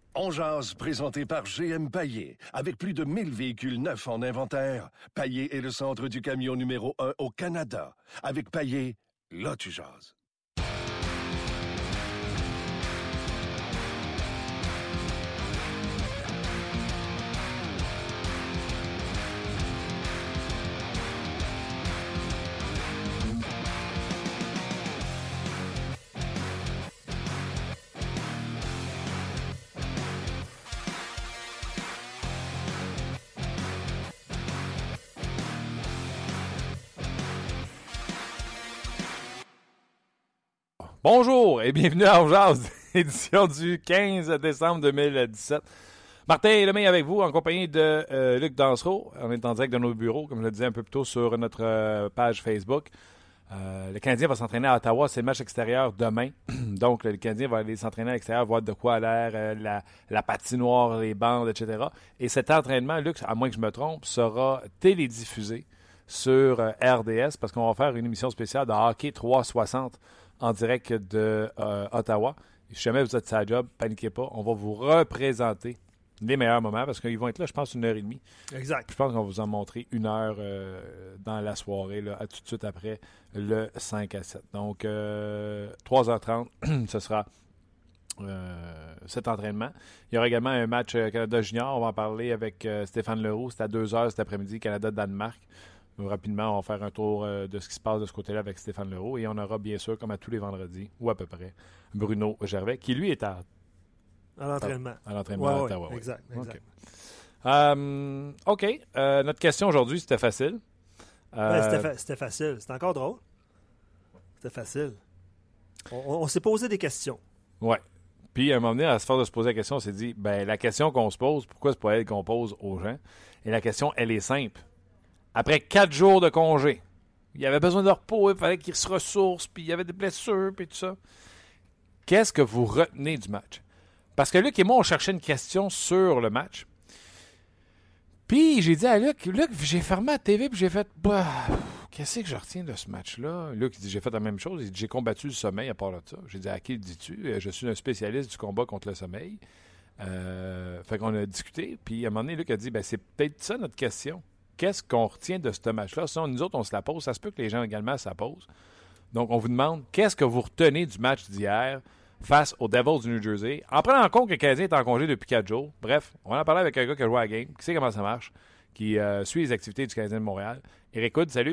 On jase, présenté par GM Paillé. Avec plus de 1000 véhicules neufs en inventaire, Paillé est le centre du camion numéro 1 au Canada. Avec Paillé, là tu jases. Bonjour et bienvenue à On Jase, édition du 15 décembre 2017. Martin Lemay avec vous, en compagnie de Luc Dansereau. On est en direct de nos bureaux, comme je le disais un peu plus tôt sur notre page Facebook. Le Canadien va s'entraîner à Ottawa, c'est le match extérieur demain. Donc, le Canadien va aller s'entraîner à l'extérieur, voir de quoi a l'air, la patinoire, les bandes, etc. Et cet entraînement, Luc, à moins que je me trompe, sera télédiffusé sur RDS parce qu'on va faire une émission spéciale de Hockey 360 en direct de Ottawa. Et si jamais vous êtes sur la job, paniquez pas, on va vous représenter les meilleurs moments parce qu'ils vont être là, je pense, 1h30. Exact. Je pense qu'on va vous en montrer 1 heure dans la soirée, là, tout de suite après le 5 à 7. Donc, 3h30, ce sera cet entraînement. Il y aura également un match Canada Junior. On va en parler avec Stéphane Leroux. C'est à 2h cet après-midi, Canada-Danemark. Rapidement, on va faire un tour de ce qui se passe de ce côté-là avec Stéphane Leroux. Et on aura bien sûr, comme à tous les vendredis, ou à peu près, Bruno Gervais, qui lui est à l'entraînement. À l'entraînement à Ottawa. Oui. Exact. OK. Notre question aujourd'hui, c'était facile. C'était facile. C'était encore drôle. C'était facile. On s'est posé des questions. Oui. Puis, à un moment donné, à se faire de se poser la question, on s'est dit, la question qu'on se pose, pourquoi c'est pas elle qu'on pose aux gens? Et la question, elle est simple. Après 4 jours de congé, il avait besoin de repos, il fallait qu'il se ressource, puis il y avait des blessures, puis tout ça. Qu'est-ce que vous retenez du match? Parce que Luc et moi, on cherchait une question sur le match. Puis j'ai dit à Luc, j'ai fermé la TV, puis j'ai fait, qu'est-ce que je retiens de ce match-là? Luc, il dit, j'ai fait la même chose. Il dit, j'ai combattu le sommeil à part de ça. J'ai dit, à qui le dis-tu? Je suis un spécialiste du combat contre le sommeil. Fait qu'on a discuté, puis à un moment donné, Luc a dit, c'est peut-être ça notre question. Qu'est-ce qu'on retient de ce match-là? Sinon, nous autres, on se la pose. Ça se peut que les gens également se la posent. Donc, on vous demande, qu'est-ce que vous retenez du match d'hier face aux Devils du New Jersey, en prenant en compte que le Canadien est en congé depuis 4 jours. Bref, on va en parler avec un gars qui a joué à la game, qui sait comment ça marche, qui suit les activités du Canadien de Montréal. Éric Hood, salut.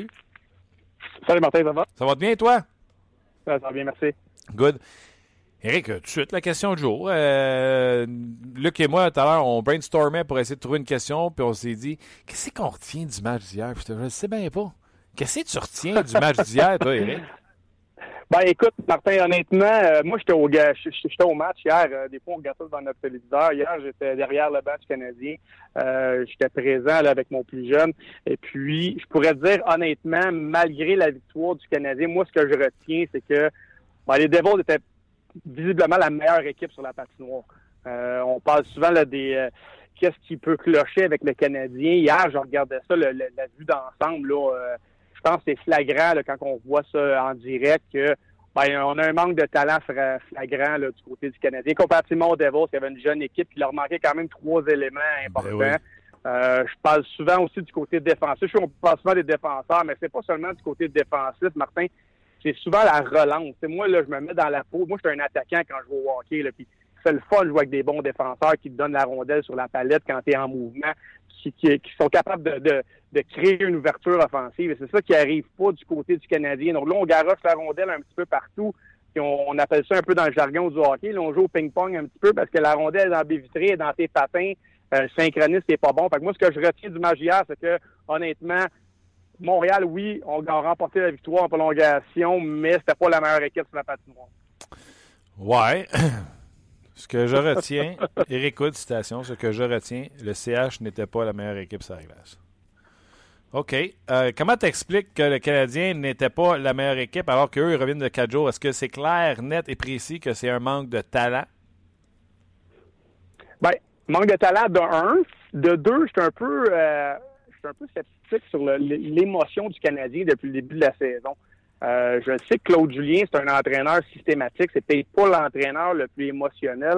Salut Martin, ça va? Ça va bien, toi? Ça va bien, merci. Good. Éric, tout de suite, la question du jour. Luc et moi, tout à l'heure, on brainstormait pour essayer de trouver une question, puis on s'est dit, qu'est-ce qu'on retient du match d'hier? Je ne sais bien pas. Qu'est-ce que tu retiens du match d'hier, toi, Éric? Écoute, Martin, honnêtement, moi, j'étais au match hier. Des fois, on regarde ça devant notre téléviseur. Hier, j'étais derrière le banc du Canadien. J'étais présent là, avec mon plus jeune. Et puis, je pourrais te dire, honnêtement, malgré la victoire du Canadien, moi, ce que je retiens, c'est que les Devils étaient visiblement la meilleure équipe sur la patinoire. On parle souvent là, des qu'est-ce qui peut clocher avec le Canadien. Hier, je regardais ça, la vue d'ensemble. Je pense que c'est flagrant là, quand on voit ça en direct que on a un manque de talent flagrant là, du côté du Canadien. Comparativement aux Devils, il y avait une jeune équipe qui leur manquait quand même 3 éléments importants. Oui. Je parle souvent aussi du côté défensif. On parle souvent des défenseurs, mais c'est pas seulement du côté défensif, Martin. C'est souvent la relance. T'sais, moi, là, je me mets dans la peau. Moi, je suis un attaquant quand je joue au hockey. Là, puis c'est le fun de jouer avec des bons défenseurs qui te donnent la rondelle sur la palette quand tu es en mouvement, qui sont capables de créer une ouverture offensive. Et c'est ça qui arrive pas du côté du Canadien. Donc là, on garoche la rondelle un petit peu partout. Puis on appelle ça un peu dans le jargon du hockey. Là, on joue au ping-pong un petit peu parce que la rondelle est dans la baie vitrée, est dans tes patins. Le synchronisme n'est pas bon. Fait que moi, ce que je retiens du match hier, c'est que, honnêtement, Montréal, oui, on a remporté la victoire en prolongation, mais c'était pas la meilleure équipe sur la patinoire. Ouais. Ce que je retiens, Éric Hood, citation, ce que je retiens, le CH n'était pas la meilleure équipe sur la glace. OK. Comment t'expliques que le Canadien n'était pas la meilleure équipe alors qu'eux, ils reviennent de 4 jours? Est-ce que c'est clair, net et précis que c'est un manque de talent? Manque de talent de 1. De 2, je suis un peu sceptique sur l'émotion du Canadien depuis le début de la saison. Je sais que Claude Julien, c'est un entraîneur systématique. C'est peut-être pas l'entraîneur le plus émotionnel.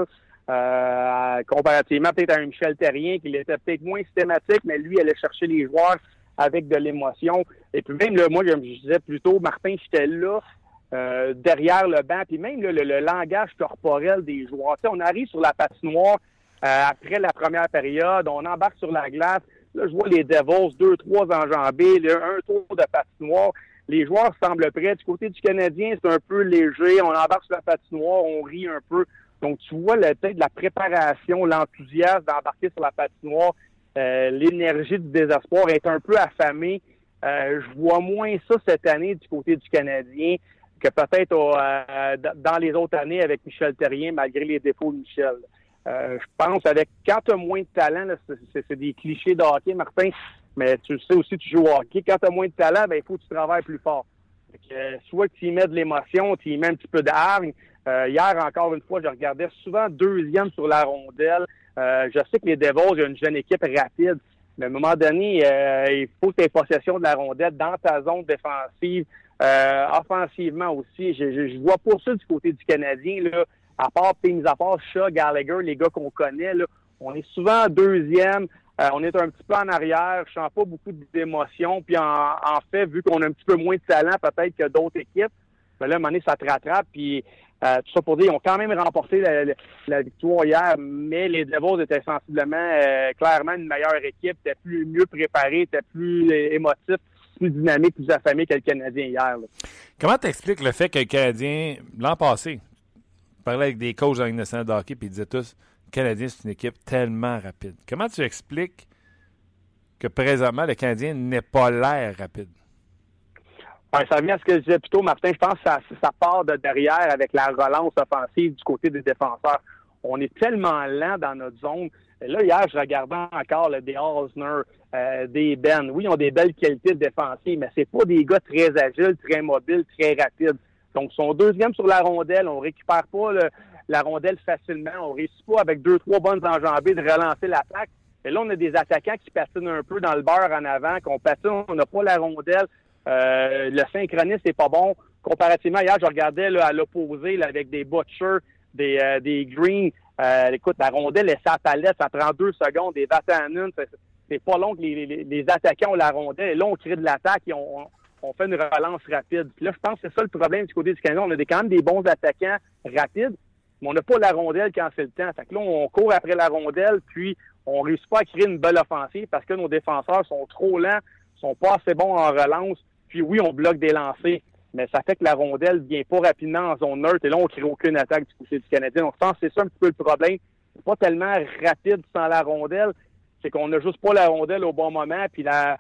comparativement peut-être à un Michel Therrien, qui était peut-être moins systématique, mais lui allait chercher les joueurs avec de l'émotion. Et puis même, là, moi, je disais plutôt, Martin, j'étais là, derrière le banc, puis même là, le langage corporel des joueurs. Tu sais, on arrive sur la patinoire après la première période, on embarque sur la glace. Là, je vois les Devils, 2-3 enjambés, là, un tour de patinoire. Les joueurs semblent prêts. Du côté du Canadien, c'est un peu léger. On embarque sur la patinoire, on rit un peu. Donc, tu vois peut-être la préparation, l'enthousiasme d'embarquer sur la patinoire, l'énergie du désespoir est un peu affamée. Je vois moins ça cette année du côté du Canadien que peut-être dans les autres années avec Michel Therrien, malgré les défauts de Michel. Je pense quand tu as moins de talent, là, c'est des clichés de hockey, Martin, mais tu sais aussi, tu joues au hockey. Quand tu as moins de talent, il faut que tu travailles plus fort. Soit que tu y mets de l'émotion, tu y mets un petit peu d'hargne. Hier, encore une fois, je regardais souvent deuxième sur la rondelle. Je sais que les Devils, il y a une jeune équipe rapide, mais à un moment donné, il faut que tu aies possession de la rondelle dans ta zone défensive, offensivement aussi. Je vois pas ça du côté du Canadien, là, mis à part Shaw, Gallagher, les gars qu'on connaît, là, on est souvent deuxième, on est un petit peu en arrière, je sens pas beaucoup d'émotion, puis en fait, vu qu'on a un petit peu moins de talent peut-être que d'autres équipes, là, à un moment donné, ça te rattrape, puis tout ça pour dire, ils ont quand même remporté la victoire hier, mais les Devils étaient sensiblement, clairement une meilleure équipe, étaient mieux préparés, étaient plus émotifs, plus dynamiques, plus affamés que le Canadien hier. Là. Comment t'expliques le fait que le Canadien, l'an passé, parlait avec des coachs dans la Ligue nationale de hockey, puis ils disaient tous, le Canadien, c'est une équipe tellement rapide. Comment tu expliques que présentement, le Canadien n'ait pas l'air rapide? Ouais, ça revient à ce que je disais plus tôt, Martin. Je pense que ça part de derrière avec la relance offensive du côté des défenseurs. On est tellement lent dans notre zone. Et là, hier, je regardais encore des Osner, des Ben. Oui, ils ont des belles qualités défensives, mais c'est pas des gars très agiles, très mobiles, très rapides. Donc, ils sont deuxième sur la rondelle. On récupère pas la rondelle facilement. On réussit pas avec 2-3 bonnes enjambées de relancer l'attaque. Et là, on a des attaquants qui patinent un peu dans le beurre en avant, qu'on patine, on n'a pas la rondelle. Le synchronisme n'est pas bon. Comparativement, hier, je regardais là, à l'opposé là, avec des Butcher, des Green. Écoute, la rondelle est sa palette, ça prend 2 secondes. Des Vatanen, c'est pas long que les attaquants ont la rondelle. Et là, on crée de l'attaque et on fait une relance rapide. Puis là, je pense que c'est ça le problème du côté du Canada. On a quand même des bons attaquants rapides, mais on n'a pas la rondelle quand c'est le temps. Fait que là, on court après la rondelle, puis on réussit pas à créer une belle offensive parce que nos défenseurs sont trop lents, sont pas assez bons en relance. Puis oui, on bloque des lancers, mais ça fait que la rondelle vient pas rapidement en zone neutre. Et là, on crée aucune attaque du côté du Canadien. Donc, je pense que c'est ça un petit peu le problème. C'est pas tellement rapide sans la rondelle. C'est qu'on n'a juste pas la rondelle au bon moment, puis là,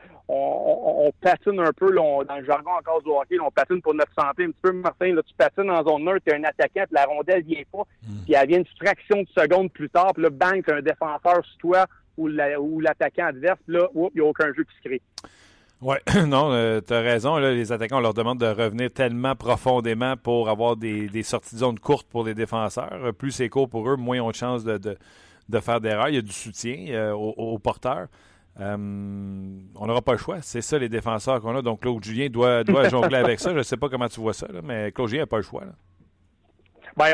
on patine un peu, là, dans le jargon encore du hockey, là, on patine pour notre santé un petit peu. Martin, là, tu patines en zone neutre, tu es un attaquant, puis la rondelle vient pas, puis elle vient une fraction de seconde plus tard, puis là, bang, tu as un défenseur sur toi ou l'attaquant adverse, puis là, il n'y a aucun jeu qui se crée. Oui, non, tu as raison. Là, les attaquants, on leur demande de revenir tellement profondément pour avoir des sorties de zone courtes pour les défenseurs. Plus c'est court pour eux, moins ils ont de chances de faire d'erreurs. Il y a du soutien aux porteurs. On n'aura pas le choix. C'est ça, les défenseurs qu'on a. Donc, Claude Julien doit jongler avec ça. Je ne sais pas comment tu vois ça, là, mais Claude Julien n'a pas le choix. Là. Ben,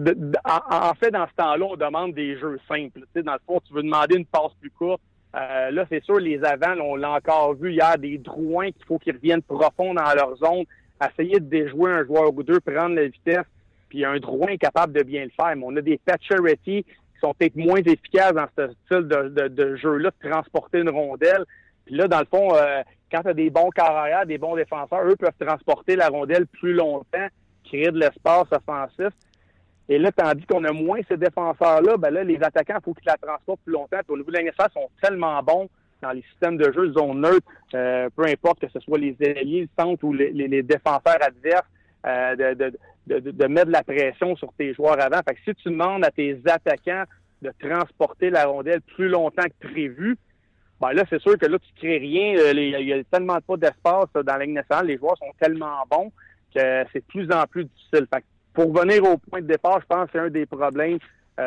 en fait, dans ce temps-là, on demande des jeux simples. Tu sais, dans le fond, tu veux demander une passe plus courte. Là, c'est sûr, les avants, là, on l'a encore vu hier, des Drouin qu'il faut qu'ils reviennent profond dans leur zone, essayer de déjouer un joueur ou deux, prendre la vitesse, puis un Drouin est capable de bien le faire. Mais on a des Pacioretty qui sont peut-être moins efficaces dans ce style de jeu-là, de transporter une rondelle. Puis là, dans le fond, quand tu as des bons carrières, des bons défenseurs, eux peuvent transporter la rondelle plus longtemps, créer de l'espace offensif. Et là, tandis qu'on a moins ces défenseurs-là, ben là, les attaquants, il faut qu'ils la transportent plus longtemps. Puis au niveau de l'NSA, ils sont tellement bons dans les systèmes de jeu zone neutre, peu importe que ce soit les ailiers, le centre ou les défenseurs adverses, de mettre de la pression sur tes joueurs avant. Fait que si tu demandes à tes attaquants de transporter la rondelle plus longtemps que prévu, ben là, c'est sûr que là, tu ne crées rien. Il y a tellement pas d'espace dans la Ligue nationale. Les joueurs sont tellement bons que c'est de plus en plus difficile. Fait que pour revenir au point de départ, je pense que c'est un des problèmes.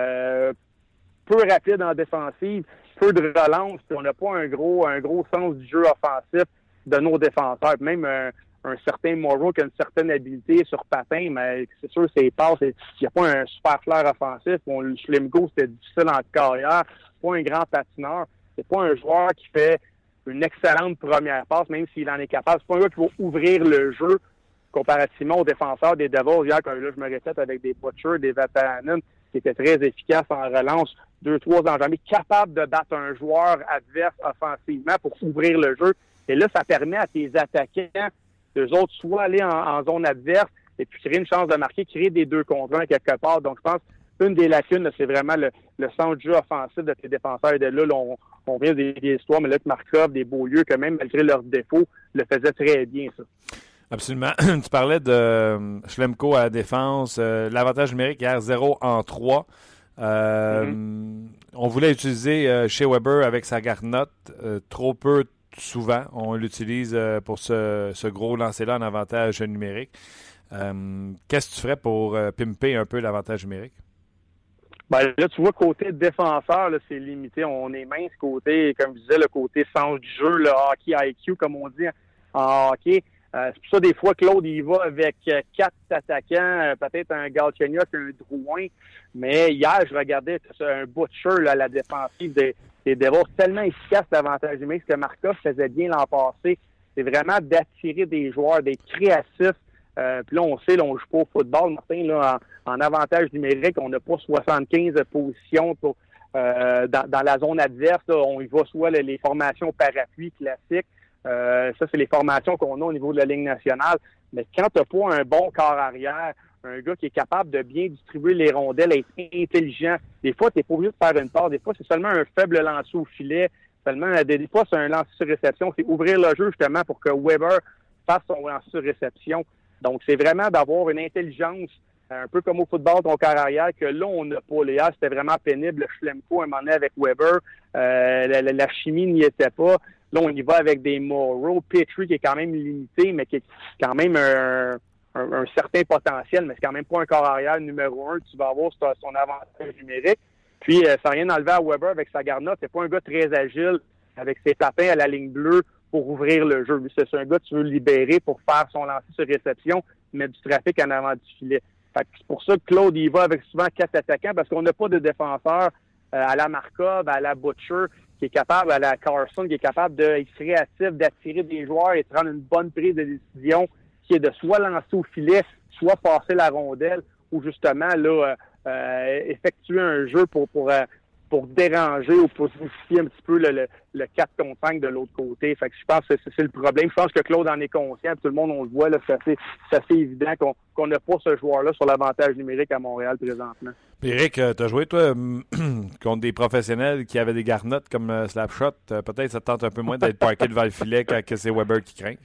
Peu rapide en défensive, peu de relance, puis on n'a pas un gros sens du jeu offensif de nos défenseurs. Même un certain Morrow qui a une certaine habileté sur patin, mais c'est sûr, ses passes, il n'y a pas un super flair offensif. Schlemko, c'était difficile en carrière. C'est pas un grand patineur. C'est pas un joueur qui fait une excellente première passe, même s'il en est capable. C'est pas un gars qui va ouvrir le jeu comparativement aux défenseurs des Devils. Hier, quand là, je me répète, avec des Butcher, des Vatanen, qui étaient très efficaces en relance, 2-3 enjambées, capables de battre un joueur adverse offensivement pour ouvrir le jeu. Et là, ça permet à tes attaquants, eux autres, soit aller en zone adverse et puis créer une chance de marquer, créer des 2 contre 1 quelque part. Donc, je pense une des lacunes, là, c'est vraiment le centre de jeu offensif de tes défenseurs. Et de là, on vient des histoires, mais là, que Markov, des Beaulieu, que même malgré leurs défauts, le faisaient très bien, ça. Absolument. Tu parlais de Schlemko à la défense. L'avantage numérique hier, 0 en 3. On voulait utiliser Shea Weber avec sa garnotte. Trop peu souvent. On l'utilise pour ce gros lancer-là en avantage numérique. Qu'est-ce que tu ferais pour pimper un peu l'avantage numérique? Ben, là, tu vois, côté défenseur, là, c'est limité. On est mince côté, comme je disais, le côté sens du jeu, le hockey IQ, comme on dit en hockey. C'est pour ça, des fois, Claude, il va avec 4 attaquants, peut-être un Galchenyuk, un Drouin. Mais hier, je regardais un Butcher là, à la défensive des Devils. Tellement efficace l'avantage numérique que Markov faisait bien l'an passé. C'est vraiment d'attirer des joueurs, d'être créatifs. Puis là, on sait, là, on joue pas au football, Martin, là, en avantage numérique, on n'a pas 75 positions pour, dans la zone adverse. Là, on y va soit les formations parapluie classiques. Ça, c'est les formations qu'on a au niveau de la Ligue nationale. Mais quand tu n'as pas un bon corps arrière, un gars qui est capable de bien distribuer les rondelles, être intelligent, des fois, tu n'es pas obligé de faire une passe. Des fois, c'est seulement un faible lancer au filet. Des fois, c'est un lancer sur réception. C'est ouvrir le jeu, justement, pour que Weber fasse son lancer sur réception. Donc, c'est vraiment d'avoir une intelligence, un peu comme au football, ton corps arrière, que là, on n'a pas. Hier, c'était vraiment pénible. Le Schlemko, un moment donné, avec Weber, la chimie n'y était pas. Là, on y va avec des Morrow. Petrie, qui est quand même limité, mais qui est quand même un certain potentiel, mais c'est quand même pas un corps arrière numéro 1 que tu vas avoir sur son avantage numérique. Puis, sans rien enlever à Weber avec sa garnotte, c'est pas un gars très agile avec ses tapins à la ligne bleue pour ouvrir le jeu. C'est un gars que tu veux libérer pour faire son lancer sur réception, mettre du trafic en avant du filet. Fait que c'est pour ça que Claude, il va avec souvent 4 attaquants, parce qu'on n'a pas de défenseur à la Markov, à la Butcher, qui est capable, à la Carson, qui est capable d'être créatif, d'attirer des joueurs et de prendre une bonne prise de décision, qui est de soit lancer au filet, soit passer la rondelle, ou justement là effectuer un jeu pour déranger ou pour modifier un petit peu le 4 contre 5 de l'autre côté. Fait que je pense que c'est le problème. Je pense que Claude en est conscient. Tout le monde, on le voit, là, c'est assez évident qu'on n'a pas ce joueur-là sur l'avantage numérique à Montréal présentement. Puis Eric, tu as joué, toi, contre des professionnels qui avaient des garnottes comme Slapshot. Peut-être ça te tente un peu moins d'être parqué devant le filet quand c'est Weber qui craint.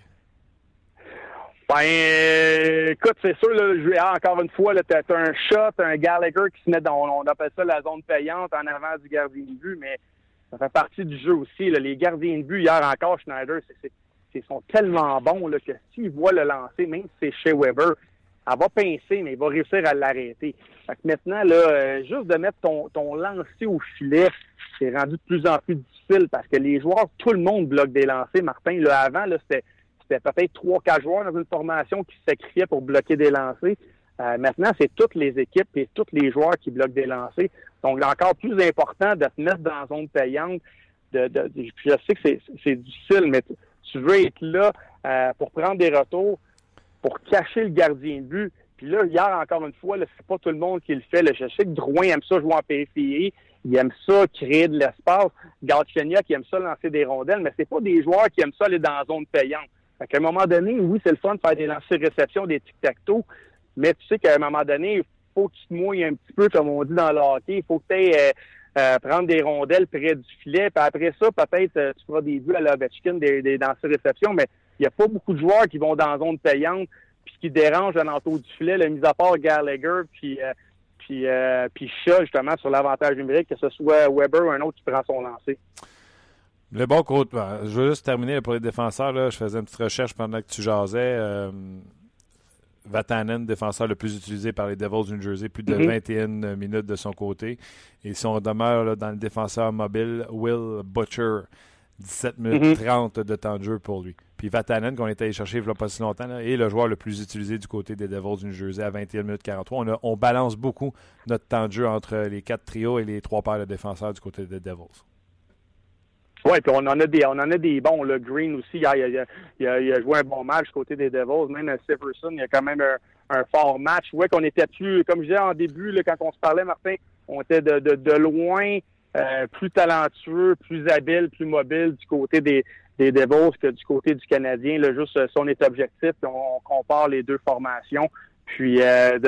Ben, écoute, c'est sûr, là, encore une fois, t'as un shot, un Gallagher qui se met dans, on appelle ça la zone payante en avant du gardien de but, mais ça fait partie du jeu aussi. Là. Les gardiens de but, hier encore, Schneider, ils sont tellement bons là, que s'ils voient le lancer, même si c'est chez Weber, elle va pincer, mais il va réussir à l'arrêter. Fait que maintenant, là, juste de mettre ton lancer au filet, c'est rendu de plus en plus difficile parce que les joueurs, tout le monde bloque des lancers. Martin, là, avant, là, c'était peut-être 3-4 joueurs dans une formation qui se sacrifiaient pour bloquer des lancers. Maintenant, c'est toutes les équipes et tous les joueurs qui bloquent des lancers. Donc, encore plus important de te mettre dans la zone payante. Je sais que c'est difficile, mais tu veux être là pour prendre des retours, pour cacher le gardien de but. Puis là, hier, encore une fois, là, c'est pas tout le monde qui le fait. Là. Je sais que Drouin aime ça jouer en périphérie. Il aime ça créer de l'espace. Galchenyuk qui aime ça lancer des rondelles, mais c'est pas des joueurs qui aiment ça aller dans la zone payante. Fait qu'à un moment donné, oui, c'est le fun de faire des lancers réception, des tic-tac-toe, mais tu sais qu'à un moment donné, il faut que tu te mouilles un petit peu, comme on dit dans le hockey. Il faut que tu aies prendre des rondelles près du filet. Puis après ça, peut-être tu feras des buts à la Ovechkin, des lancers réception, mais il n'y a pas beaucoup de joueurs qui vont dans la zone payante puis qui dérangent à l'entour du filet, là, mis à part Gallagher puis Shaw, justement, sur l'avantage numérique, que ce soit Weber ou un autre qui prend son lancer. Le bon côté, je veux juste terminer pour les défenseurs. Là, je faisais une petite recherche pendant que tu jasais. Vatanen, défenseur le plus utilisé par les Devils du New Jersey, plus de 21 minutes de son côté. Et si on demeure là, dans le défenseur mobile, Will Butcher, 17 minutes 30 de temps de jeu pour lui. Puis Vatanen, qu'on était allé chercher il n'y a pas si longtemps, là, est le joueur le plus utilisé du côté des Devils du New Jersey à 21 minutes 43. On balance beaucoup notre temps de jeu entre les 4 trios et les 3 paires de défenseurs du côté des Devils. Oui, puis on en a des bons. Le Green aussi, il a joué un bon match du côté des Devils. Même Severson, il a quand même un fort match. Oui, qu'on était plus, comme je disais en début, là, quand on se parlait, Martin, on était de loin plus talentueux, plus habile, plus mobile du côté des Devils que du côté du Canadien. Là, juste son est objectif, puis on compare les deux formations. Puis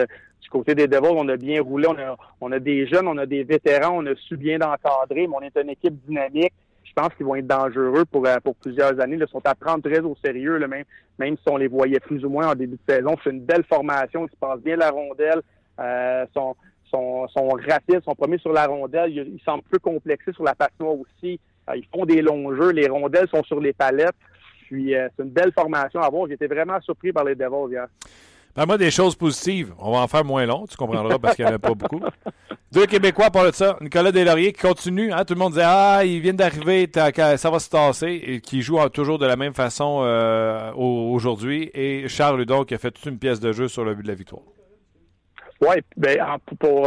du côté des Devils, on a bien roulé. On a des jeunes, on a des vétérans, on a su bien d'encadrer, mais on est une équipe dynamique. Je pense qu'ils vont être dangereux pour plusieurs années. Ils sont à prendre très au sérieux, là, même si on les voyait plus ou moins en début de saison. C'est une belle formation, ils se passent bien la rondelle, sont rapides, sont premiers sur la rondelle. Ils semblent peu complexés sur la patinoire aussi. Ils font des longs jeux, les rondelles sont sur les palettes. Puis c'est une belle formation à voir. J'étais vraiment surpris par les Devils hier. Parle-moi des choses positives. On va en faire moins long, tu comprendras, parce qu'il n'y en a pas beaucoup. 2 Québécois parlent de ça. Nicolas Deslauriers qui continue. Hein, tout le monde disait « il vient d'arriver, ça va se tasser », et qui joue toujours de la même façon aujourd'hui. Et Charles Hudon qui a fait toute une pièce de jeu sur le but de la victoire. Oui, bien,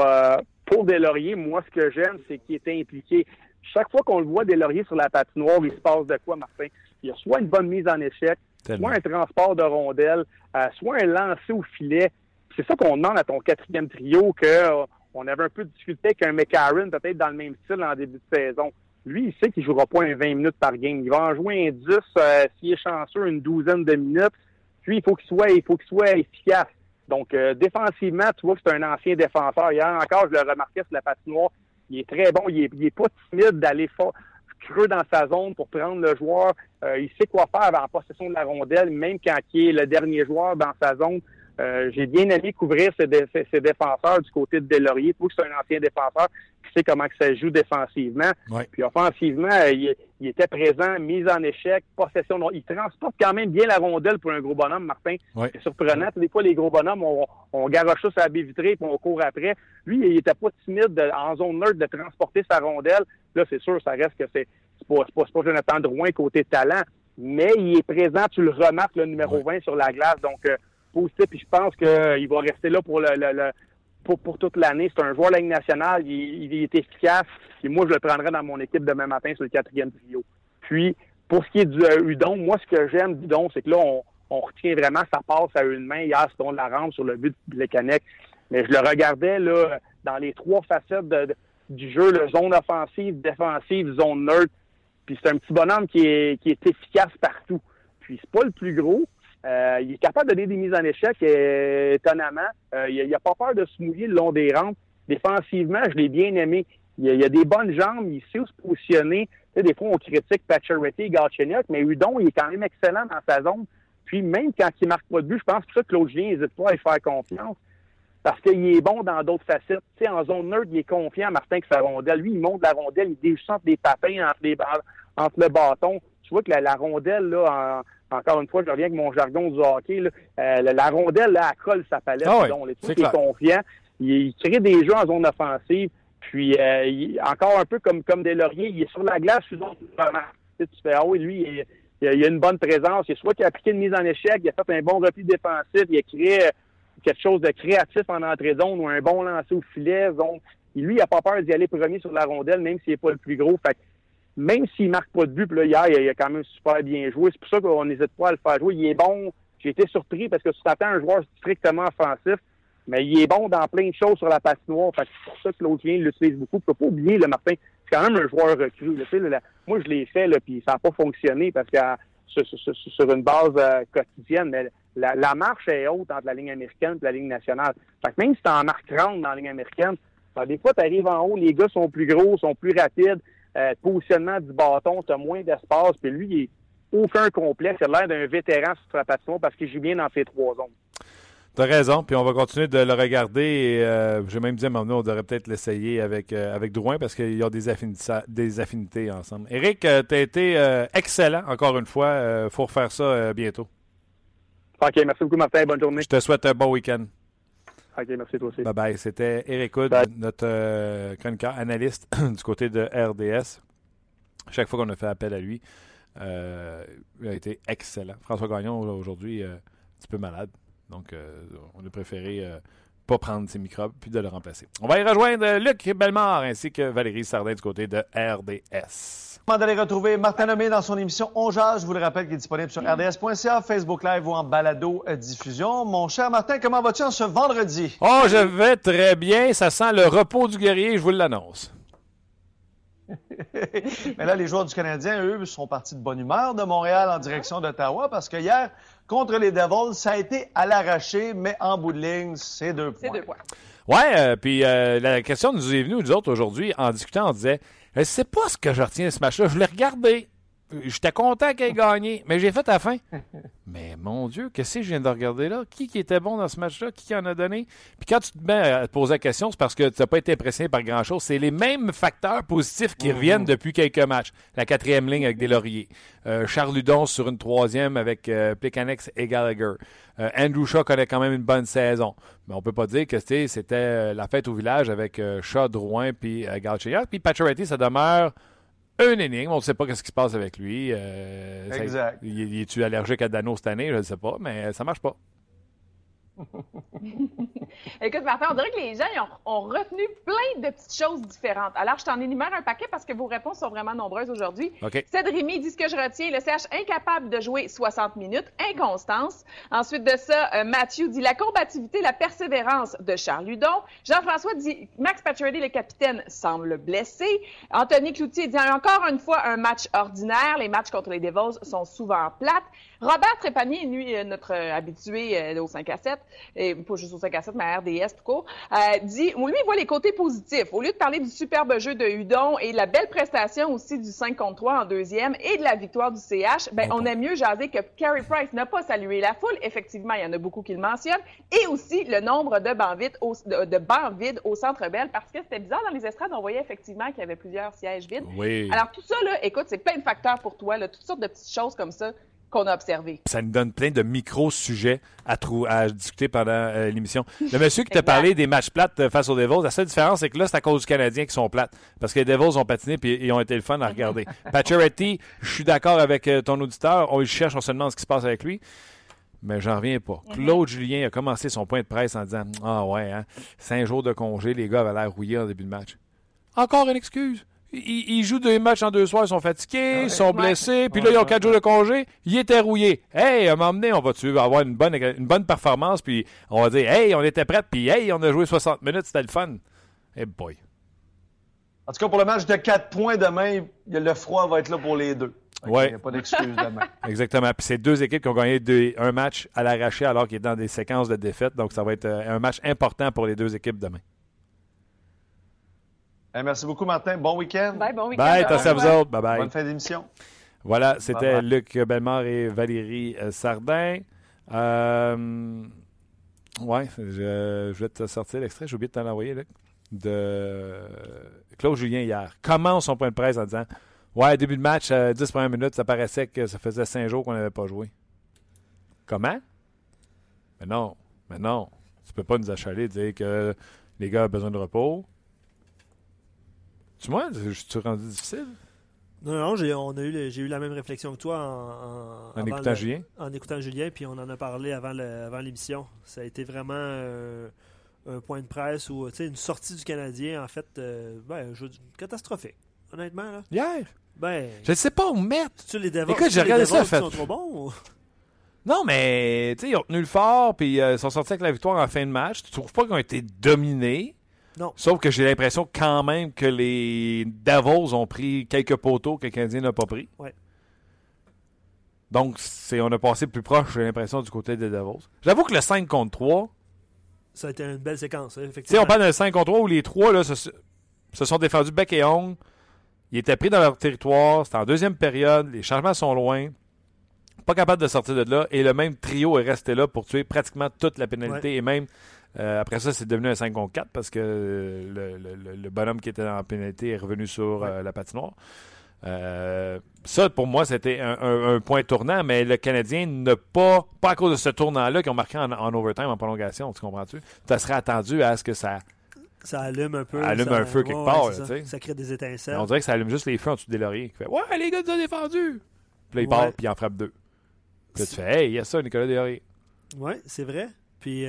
pour Deslauriers, moi, ce que j'aime, c'est qu'il était impliqué. Chaque fois qu'on le voit Deslauriers sur la patinoire, il se passe de quoi, Martin? Il y a soit une bonne mise en échec, soit un transport de rondelle, soit un lancer au filet. C'est ça qu'on demande à ton 4e trio, qu'on avait un peu de difficulté avec un McCarron, peut-être dans le même style en début de saison. Lui, il sait qu'il ne jouera pas un 20 minutes par game. Il va en jouer un 10, s'il est chanceux, une douzaine de minutes. Puis, il faut qu'il soit efficace. Donc, défensivement, tu vois que c'est un ancien défenseur. Hier encore, je le remarquais sur la patinoire. Il est très bon. Il est pas timide d'aller creux dans sa zone pour prendre le joueur. Il sait quoi faire en possession de la rondelle, même quand il est le dernier joueur dans sa zone. J'ai bien aimé couvrir ses défenseurs du côté de Deslauriers. Pour que c'est un ancien défenseur qui sait comment que ça joue défensivement. Ouais. Puis offensivement, il était présent, mise en échec, possession. Il transporte quand même bien la rondelle pour un gros bonhomme, Martin. Ouais. C'est surprenant. Des fois, les gros bonhommes, on garoche ça sur la baie vitrée et on court après. Lui, il était pas timide en zone neutre de transporter sa rondelle. Là, c'est sûr, ça reste que c'est pas Jonathan Drouin côté talent, mais il est présent, tu le remarques, le numéro 20 sur la glace. Donc, positif, puis je pense qu'il va rester là pour toute l'année. C'est un joueur de la Ligue nationale, il est efficace, et moi, je le prendrais dans mon équipe demain matin sur le 4e trio. Puis, pour ce qui est du Hudon, moi, ce que j'aime d'Hudon, c'est que là, on retient vraiment sa passe à une main hier, c'est on la rampe sur le but de Plekanec. Mais je le regardais, là, dans les 3 facettes du jeu, le zone offensive, défensive, zone neutre. Puis c'est un petit bonhomme qui est efficace partout. Puis c'est pas le plus gros. Il est capable de donner des mises en échec, étonnamment. Il a pas peur de se mouiller le long des rampes. Défensivement, je l'ai bien aimé. Il a des bonnes jambes, il sait où se positionner. Tu sais, des fois, on critique Pacioretty et Galchenyuk, mais Hudon, il est quand même excellent dans sa zone. Puis même quand il marque pas de but, je pense que ça, Claude Julien n'hésite pas à lui faire confiance. Parce qu'il est bon dans d'autres facettes. Tu sais, en zone neutre, il est confiant, Martin, que sa rondelle. Lui, il monte la rondelle, il déchante des papins entre le bâton. Tu vois que la rondelle, là, encore une fois, je reviens avec mon jargon du hockey, là, la rondelle, là, elle colle sa palette. Ah oui, donc, il est confiant. Il crée des jeux en zone offensive. Puis, encore un peu comme Deslauriers, il est sur la glace, tu fais, ah oui, lui, il a une bonne présence. Il soit qu'il a appliqué une mise en échec, il a fait un bon repli défensif, il a créé quelque chose de créatif en entrée de zone ou un bon lancer au filet. Lui, il n'a pas peur d'y aller premier sur la rondelle, même s'il n'est pas le plus gros. Fait que, même s'il ne marque pas de but, puis là, hier, il a quand même super bien joué. C'est pour ça qu'on n'hésite pas à le faire jouer. Il est bon. J'ai été surpris parce que tu t'attends à un joueur strictement offensif, mais il est bon dans plein de choses sur la patinoire. Fait que c'est pour ça que l'autre vient l'utilise beaucoup. Il ne faut pas oublier, le Martin, c'est quand même un joueur recru. Moi, je l'ai fait, puis ça n'a pas fonctionné parce que sur une base quotidienne, mais la marche est haute entre la ligne américaine et la ligne nationale. Fait que même si tu en marques 30 dans la ligne américaine, des fois, tu arrives en haut, les gars sont plus gros, sont plus rapides, positionnement du bâton, tu as moins d'espace, puis lui, il n'est aucun complexe. Il a l'air d'un vétéran sur la patinoire parce qu'il joue bien dans ces 3 zones. Tu as raison, puis on va continuer de le regarder. Et, j'ai même dit à un moment donné, on devrait peut-être l'essayer avec Drouin parce qu'ils ont des affinités ensemble. Éric, tu as été excellent, encore une fois. Il faut refaire ça bientôt. OK, merci beaucoup, Martin. Bonne journée. Je te souhaite un bon week-end. OK, merci toi aussi. Bye-bye. C'était Éric Hood, notre chroniqueur, analyste du côté de RDS. Chaque fois qu'on a fait appel à lui, il a été excellent. François Gagnon, aujourd'hui, un petit peu malade. Donc, on a préféré pas prendre ses microbes puis de le remplacer. On va y rejoindre Luc Bellemare ainsi que Valérie Sardin du côté de RDS. D'aller retrouver Martin Lemay dans son émission On Jase. Je vous le rappelle qu'il est disponible sur rds.ca, Facebook Live ou en balado-diffusion. Mon cher Martin, comment vas-tu en ce vendredi? Oh, je vais très bien. Ça sent le repos du guerrier, je vous l'annonce. Mais là, les joueurs du Canadien, eux, sont partis de bonne humeur de Montréal en direction d'Ottawa parce que hier, contre les Devils, ça a été à l'arraché, mais en bout de ligne, c'est 2 points. C'est 2 points. Ouais, puis la question nous est venue, nous autres, aujourd'hui, en discutant, on disait c'est pas ce que je retiens de ce match-là. Je l'ai regardé. J'étais content qu'elle ait gagné, mais j'ai fait à la fin. Mais mon Dieu, qu'est-ce que je viens de regarder là? Qui était bon dans ce match-là? Qui en a donné? Puis quand tu te mets à te poser la question, c'est parce que tu n'as pas été impressionné par grand-chose. C'est les mêmes facteurs positifs qui reviennent depuis quelques matchs. La 4e ligne avec des lauriers. Charles Ludon sur une 3e avec Plekanec et Gallagher. Andrew Shaw connaît quand même une bonne saison. Mais on peut pas dire que c'était la fête au village avec Shaw, Drouin puis Galchenyuk. Puis Pacioretty, ça demeure une énigme. On ne sait pas ce qui se passe avec lui. Exact. Es-tu allergique à Dano cette année? Je ne sais pas, mais ça marche pas. Écoute, Martin, on dirait que les gens ont retenu plein de petites choses différentes. Alors, je t'en énumère un paquet parce que vos réponses sont vraiment nombreuses aujourd'hui. Okay. Cède Rémy dit ce que je retiens. Le CH incapable de jouer 60 minutes. Inconstance. Ensuite de ça, Mathieu dit la combativité, la persévérance de Charles Ludon. Jean-François dit Max Pacioretty, le capitaine, semble blessé. Anthony Cloutier dit encore une fois un match ordinaire. Les matchs contre les Devils sont souvent plates. Robert Trépanier, lui, notre habitué au 5 à 7, et pas juste au 5 à 7, mais à RDS tout court, dit, lui, il voit les côtés positifs. Au lieu de parler du superbe jeu de Hudon et de la belle prestation aussi du 5 contre 3 en 2e et de la victoire du CH, on aime mieux jaser que Carey Price n'a pas salué la foule. Effectivement, il y en a beaucoup qui le mentionnent. Et aussi le nombre de bancs vides au Centre Bell, parce que c'était bizarre dans les estrades, on voyait effectivement qu'il y avait plusieurs sièges vides. Oui. Alors tout ça, là, écoute, c'est plein de facteurs pour toi, là, toutes sortes de petites choses comme ça qu'on a observé. Ça nous donne plein de micro-sujets à discuter pendant l'émission. Le monsieur qui t'a parlé des matchs plates face aux Devils, la seule différence, c'est que là, c'est à cause du Canadien qui sont plates. Parce que les Devils ont patiné et ils ont été le fun à regarder. Pacioretty, je suis d'accord avec ton auditeur. On le cherche, on se demande ce qui se passe avec lui. Mais j'en reviens pas. Claude Julien a commencé son point de presse en disant « Ah ouais, 5 jours de congé, les gars avaient l'air rouillés en début de match. » Encore une excuse. Ils jouent 2 matchs en 2 soirs, ils sont fatigués, ils sont blessés, puis là, ils ont 4 jours de congé, ils étaient rouillés. Hey, à un moment donné, on va avoir une bonne performance, puis on va dire, hey, on était prêts, puis hey, on a joué 60 minutes, c'était le fun. Hey boy. En tout cas, pour le match de 4 points demain, le froid va être là pour les deux. Oui. Il n'y a pas d'excuse demain. Exactement. Puis c'est 2 équipes qui ont gagné un match à l'arraché alors qu'ils étaient dans des séquences de défaites, donc ça va être un match important pour les 2 équipes demain. Merci beaucoup, Martin. Bon week-end. Bye, bon week-end. Bye, attention à vous autres. Bye-bye. Bonne fin d'émission. Voilà, c'était Bye-bye. Luc Bellemare et Valérie Sardin. Ouais, je vais te sortir l'extrait. J'ai oublié de t'en envoyer, Luc, de Claude Julien hier. Commence son point de presse en disant ouais, début de match, 10 premières minutes, ça paraissait que ça faisait 5 jours qu'on n'avait pas joué. Comment? Mais non. Tu peux pas nous achaler et dire que les gars ont besoin de repos. Tu vois, je suis rendu difficile. Non, j'ai eu la même réflexion que toi En écoutant Julien. En écoutant Julien, puis on en a parlé avant l'émission. Ça a été vraiment un point de presse ou une sortie du Canadien, en fait, un jeu catastrophique, honnêtement. Là. Hier? Je ne sais pas où mettre. Les Devils, écoute, j'ai regardé ça. Ils sont trop bons? Ou? Non, mais ils ont tenu le fort, puis ils sont sortis avec la victoire en fin de match. Tu trouves pas qu'ils ont été dominés? Non. Sauf que j'ai l'impression quand même que les Devils ont pris quelques poteaux que le Canadien n'a pas pris. Ouais. Donc, on a passé plus proche, j'ai l'impression, du côté des Devils. J'avoue que le 5 contre 3... Ça a été une belle séquence, effectivement. On parle d'un 5 contre 3 où les 3 là, se sont défendus bec et ongle. Ils étaient pris dans leur territoire. C'était en 2e période. Les changements sont loin. Pas capable de sortir de là. Et le même trio est resté là pour tuer pratiquement toute la pénalité. Ouais. Et même... après ça, c'est devenu un 5 contre 4 parce que le bonhomme qui était dans la pénalité est revenu sur la patinoire. Ça, pour moi, c'était un point tournant, mais le Canadien n'a pas à cause de ce tournant-là qu'ils ont marqué en overtime, en prolongation, tu comprends-tu? Ça serait attendu à ce que ça Ça allume un peu. Allume ça, un feu quelque part, là, tu sais. Ça crée des étincelles. On dirait que ça allume juste les feux en dessous des lauriers. Qui fait « Ouais, les gars, tu as défendu! » Puis là, il part, puis il en frappe 2. Puis là, tu fais « Hey, il y a ça, Nicolas Deslauriers. » Oui, c'est vrai. Puis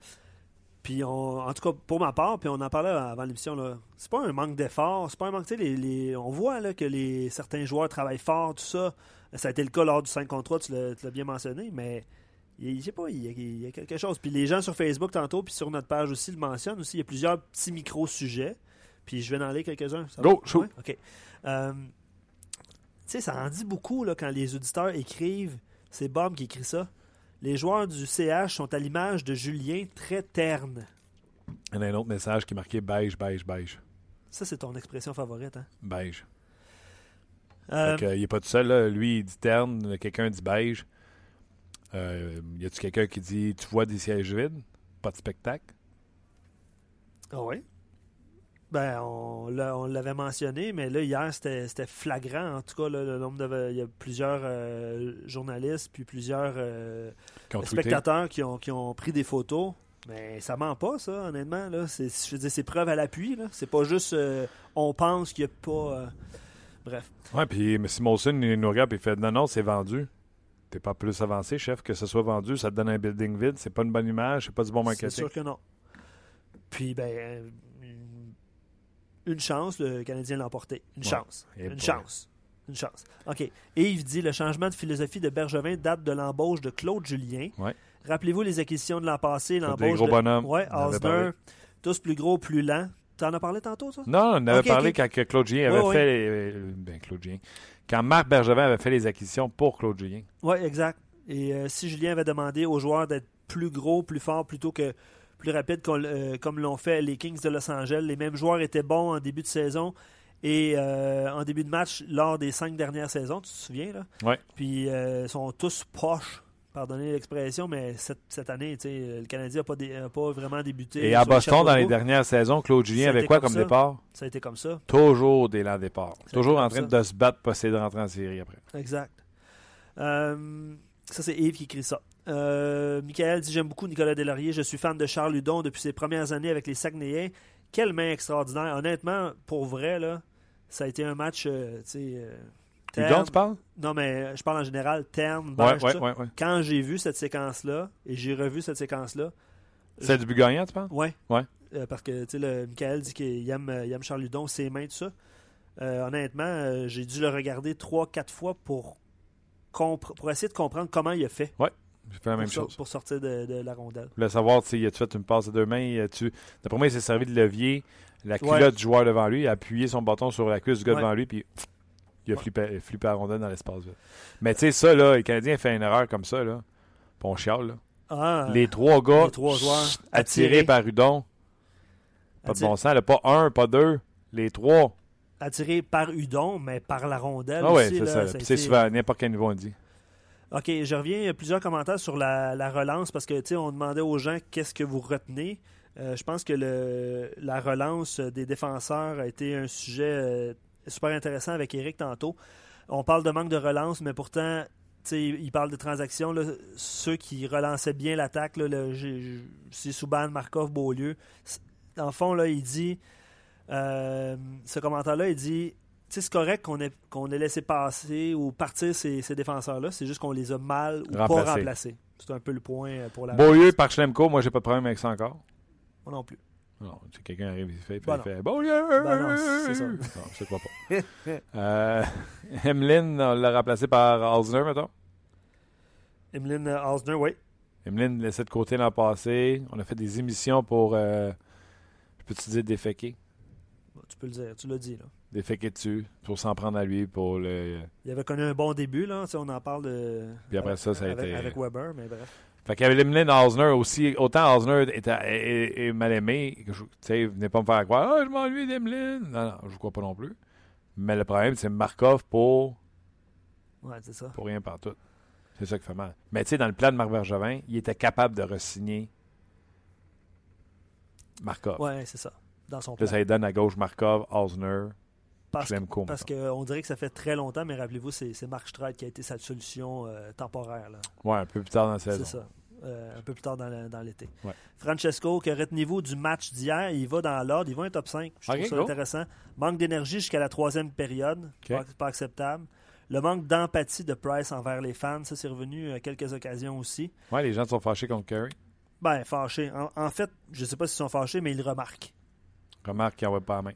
en tout cas, pour ma part, puis on en parlait avant l'émission, là, c'est pas un manque d'effort, c'est pas un manque, tu sais, on voit là, que certains joueurs travaillent fort, tout ça. Ça a été le cas lors du 5 contre 3, tu l'as bien mentionné, mais je sais pas, il y a quelque chose. Puis les gens sur Facebook tantôt, puis sur notre page aussi, le mentionnent aussi. Il y a plusieurs petits micro-sujets, puis je vais en aller quelques-uns. Go, shoot! Ouais? OK. Tu sais, ça en dit beaucoup là, quand les auditeurs écrivent, c'est Bob qui écrit ça. Les joueurs du CH sont à l'image de Julien, très terne. Il y en a un autre message qui est marqué beige, beige, beige. Ça, c'est ton expression favorite, hein? Beige. Il n'est pas tout seul, là. Lui, il dit terne, quelqu'un dit beige. Y a-tu quelqu'un qui dit tu vois des sièges vides? Pas de spectacle? Ah oui? Ben, on l'avait mentionné, mais là, hier, c'était flagrant. En tout cas, là, le nombre il y a plusieurs journalistes puis plusieurs spectateurs qui ont pris des photos. Mais ça ment pas, ça, honnêtement. Là. Je veux dire, c'est preuve à l'appui. Là. C'est pas juste on pense qu'il n'y a pas... Bref. Ouais, puis M. Molson, il nous regarde et il fait non, c'est vendu. T'es pas plus avancé, chef, que ce soit vendu. Ça te donne un building vide. C'est pas une bonne image. C'est pas du bon marketing. C'est sûr que non. Puis, ben... Une chance, le Canadien l'a emporté. Une chance. Une chance. OK. Et Yves dit, le changement de philosophie de Bergevin date de l'embauche de Claude Julien. Ouais. Rappelez-vous les acquisitions de l'an passé, l'embauche des gros bonhommes. Oui, Osner, tous plus gros, plus lents. Tu en as parlé tantôt, ça? Non, on avait parlé quand Claude Julien avait fait... Claude Julien. Quand Marc Bergevin avait fait les acquisitions pour Claude Julien. Oui, exact. Et si Julien avait demandé aux joueurs d'être plus gros, plus forts, plutôt que plus rapide comme l'ont fait les Kings de Los Angeles. Les mêmes joueurs étaient bons en début de saison et en début de match lors des 5 dernières saisons, tu te souviens, là? Oui. Puis ils sont tous poches, pardonnez l'expression, mais cette année, le Canadien n'a pas vraiment débuté. Et à Boston, dans les dernières saisons, Claude Julien avait quoi comme départ? Ça a été comme ça. Toujours des lents départs. Toujours en train de se battre pour essayer de rentrer en série après. Exact. Ça, c'est Yves qui écrit ça. Michael dit « J'aime beaucoup Nicolas Deslauriers. Je suis fan de Charles Hudon depuis ses premières années avec les Saguenayens. Quelle main extraordinaire. Honnêtement, pour vrai, là, ça a été un match, Hudon, tu parles? Non, mais je parle en général, terne, ouais. Quand j'ai vu cette séquence-là, et j'ai revu cette séquence-là... C'est du but gagnant, tu penses? Oui. Ouais. Parce que Michael dit qu'il aime Charles Hudon, ses mains, tout ça. Honnêtement, j'ai dû le regarder 3-4 fois pour essayer de comprendre comment il a fait. Oui. J'ai fait la même chose. Pour sortir de la rondelle. Je voulais savoir si il a fait une passe de 2 mains. D'après moi, il s'est servi de levier, la culotte du joueur devant lui, il a appuyé son bâton sur la cuisse du gars devant lui, puis il a flippé la rondelle dans l'espace. Là. Mais tu sais, ça, là, les Canadiens fait une erreur comme ça, là. Puis on chiale, là. Les 3 gars joueurs attirés par Hudon. Pas de bon sens, là. Pas 1, pas 2, les 3. Attirés par Hudon, mais par la rondelle aussi. Oui, c'est ça. Puis c'est souvent, à n'importe quel niveau, on dit. OK, je reviens. Il y a plusieurs commentaires sur la relance parce que, tu sais, on demandait aux gens qu'est-ce que vous retenez. Je pense que la relance des défenseurs a été un sujet super intéressant avec Éric tantôt. On parle de manque de relance, mais pourtant, tu sais, il parle de transactions. Là, ceux qui relançaient bien l'attaque, là, c'est Subban, Markov, Beaulieu. Dans le fond, là, il dit, ce commentaire-là, il dit... Tu sais, c'est correct qu'on ait laissé passer ou partir ces défenseurs-là. C'est juste qu'on les a mal ou pas remplacés. C'est un peu le point pour la... Beaulieu, Parchlemko, moi, j'ai pas de problème avec ça encore. Moi non plus. Non, tu sais, quelqu'un arrive, il fait Beaulieu! Non, c'est ça. Non, je crois pas. Emeline, on l'a remplacé par Osner, mettons. Emeline Osner, oui. Emeline laissait de côté l'an passé. On a fait des émissions pour... je peux-tu dire déféquer? Tu peux le dire, tu l'as dit, là. Déféquer dessus, pour s'en prendre à lui, pour le... Il avait connu un bon début, là. Tu sais, on en parle de... Puis après ça a été... Avec Weber, mais bref. Fait qu'il y avait éliminé Osner aussi. Autant Osner est mal aimé, tu sais, venez pas me faire croire « Ah, je m'ennuie d'Emeline! » Non, je ne crois pas non plus. Mais le problème, c'est Markov pour... Ouais, c'est ça. Pour rien partout. C'est ça qui fait mal. Mais tu sais, dans le plan de Marc Bergevin, il était capable de re-signer Markov. Ouais, c'est ça. Dans son plan. Là, ça lui donne à gauche Markov, Osner... Parce qu'on dirait que ça fait très longtemps, mais rappelez-vous, c'est Mark Streit qui a été sa solution temporaire. Là. Ouais, un peu plus tard dans la saison. C'est ça. un peu plus tard dans l'été. Ouais. Francesco, que retenez-vous du match d'hier? Il va dans l'ordre, il va un top 5. Je trouve ça intéressant. Manque d'énergie jusqu'à la 3e période. Pas acceptable. Le manque d'empathie de Price envers les fans, ça c'est revenu à quelques occasions aussi. Oui, les gens sont fâchés contre Curry. Ben, fâchés. En fait, je ne sais pas s'ils sont fâchés, mais ils le remarquent. Remarque qu'ils n'envoient pas la main.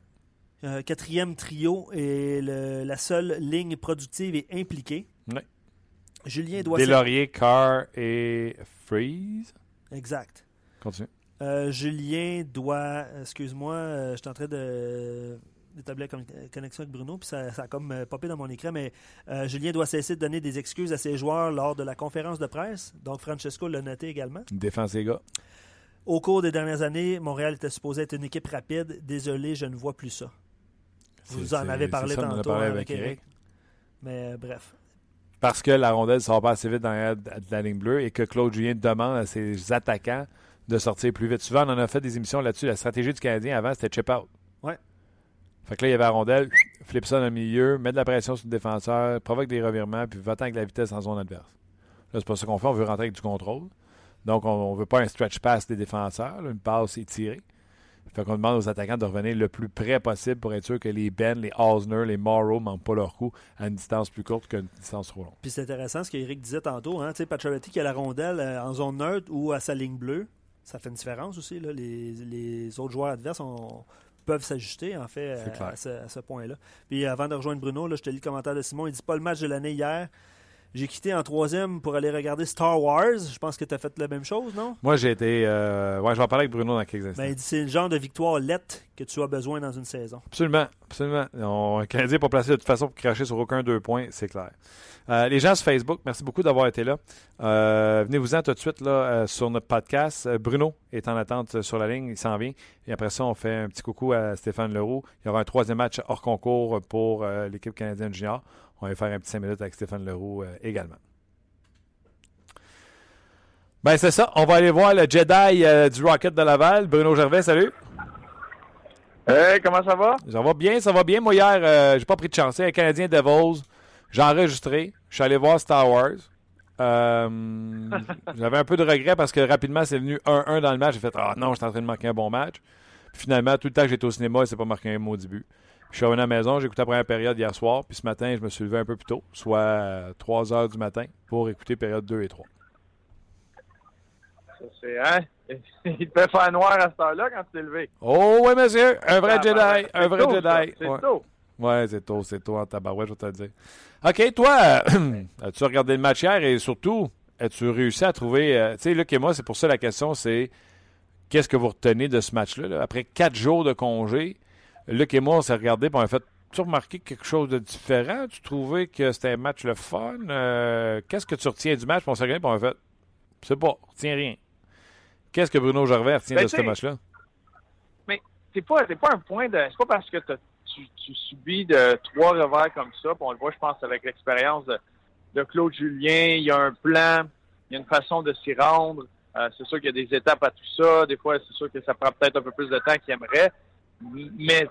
4e trio et la seule ligne productive est impliquée. Oui. Julien doit... Deslauriers, Carr et Freeze. Exact. Continue. Julien doit... Excuse-moi, je suis en train d'établir la connexion avec Bruno, puis ça a comme popé dans mon écran, mais Julien doit cesser de donner des excuses à ses joueurs lors de la conférence de presse. Donc, Francesco l'a noté également. Défense les gars. Au cours des dernières années, Montréal était supposé être une équipe rapide. Désolé, je ne vois plus ça. Vous en avez parlé tantôt. On a parlé avec Eric. Mais bref. Parce que la rondelle ne sort pas assez vite dans la ligne bleue et que Claude Julien demande à ses attaquants de sortir plus vite. Souvent, on en a fait des émissions là-dessus. La stratégie du Canadien avant, c'était chip out. Ouais. Fait que là, il y avait la rondelle, flip ça dans le milieu, met de la pression sur le défenseur, provoque des revirements, puis va-t'en avec la vitesse en zone adverse. Là, c'est pas ça qu'on fait. On veut rentrer avec du contrôle. Donc, on ne veut pas un stretch pass des défenseurs, là, une passe étirée. Fait qu'on demande aux attaquants de revenir le plus près possible pour être sûr que les Ben, les Osner, les Morrow ne manquent pas leur coup à une distance plus courte qu'une distance trop longue. Puis c'est intéressant ce qu'Éric disait tantôt. Hein? Tu sais, Pacioretty qui a la rondelle en zone neutre ou à sa ligne bleue, ça fait une différence aussi. Là. Les autres joueurs adverses peuvent s'ajuster, en fait, à ce point-là. Puis avant de rejoindre Bruno, là, je te lis le commentaire de Simon. Il dit pas le match de l'année hier. J'ai quitté en 3e pour aller regarder Star Wars. Je pense que tu as fait la même chose, non? Moi, j'ai été... je vais en parler avec Bruno dans quelques instants. Ben, il dit c'est le genre de victoire lette que tu as besoin dans une saison. Absolument, absolument. Un Canadien n'est pas placé de toute façon pour cracher sur aucun 2 points, c'est clair. Les gens sur Facebook, merci beaucoup d'avoir été là. Venez-vous-en tout de suite là, sur notre podcast. Bruno est en attente sur la ligne, il s'en vient. Et après ça, on fait un petit coucou à Stéphane Leroux. Il y aura un 3e match hors concours pour l'équipe canadienne junior. On va faire un petit 5 minutes avec Stéphane Leroux également. Ben c'est ça, on va aller voir le Jedi du Rocket de Laval. Bruno Gervais, salut. Hey, comment ça va? Ça va bien, ça va bien. Moi, hier, j'ai pas pris de chance. Un Canadien Devils, j'ai enregistré. Je suis allé voir Star Wars. J'avais un peu de regret parce que rapidement, c'est venu 1-1 dans le match. J'ai fait « Ah non, j'étais en train de marquer un bon match. » Puis finalement, tout le temps que j'étais au cinéma, il s'est pas marqué un mot au début. Je suis revenu à la maison, j'ai écouté la première période hier soir, puis ce matin, je me suis levé un peu plus tôt, soit 3 heures du matin, pour écouter période 2 et 3. Ça, c'est, hein? Il te fait faire noir à cette heure-là quand tu t'es levé. Oh oui, monsieur! Un vrai Jedi! Un vrai tôt, Jedi! C'est tôt. Ouais, c'est tôt en tabarouette, je vais te le dire. OK, toi, as-tu regardé le match hier et surtout, as-tu réussi à trouver... tu sais, Luc et moi, c'est pour ça la question, c'est qu'est-ce que vous retenez de ce match-là? Là? Après 4 jours de congé, Luc et moi, on s'est regardé et on a fait, tu as remarqué quelque chose de différent? Tu trouvais que c'était un match le fun? Qu'est-ce que tu retiens du match? Puis on s'est regardé et on a fait, je sais pas, on retient rien. Qu'est-ce que Bruno Gervais retient de ce match-là? Mais c'est pas un point de... C'est pas parce que tu subis de 3 revers comme ça, puis on le voit, je pense, avec l'expérience de Claude Julien, il y a un plan, il y a une façon de s'y rendre. C'est sûr qu'il y a des étapes à tout ça. Des fois, c'est sûr que ça prend peut-être un peu plus de temps qu'il aimerait. Mais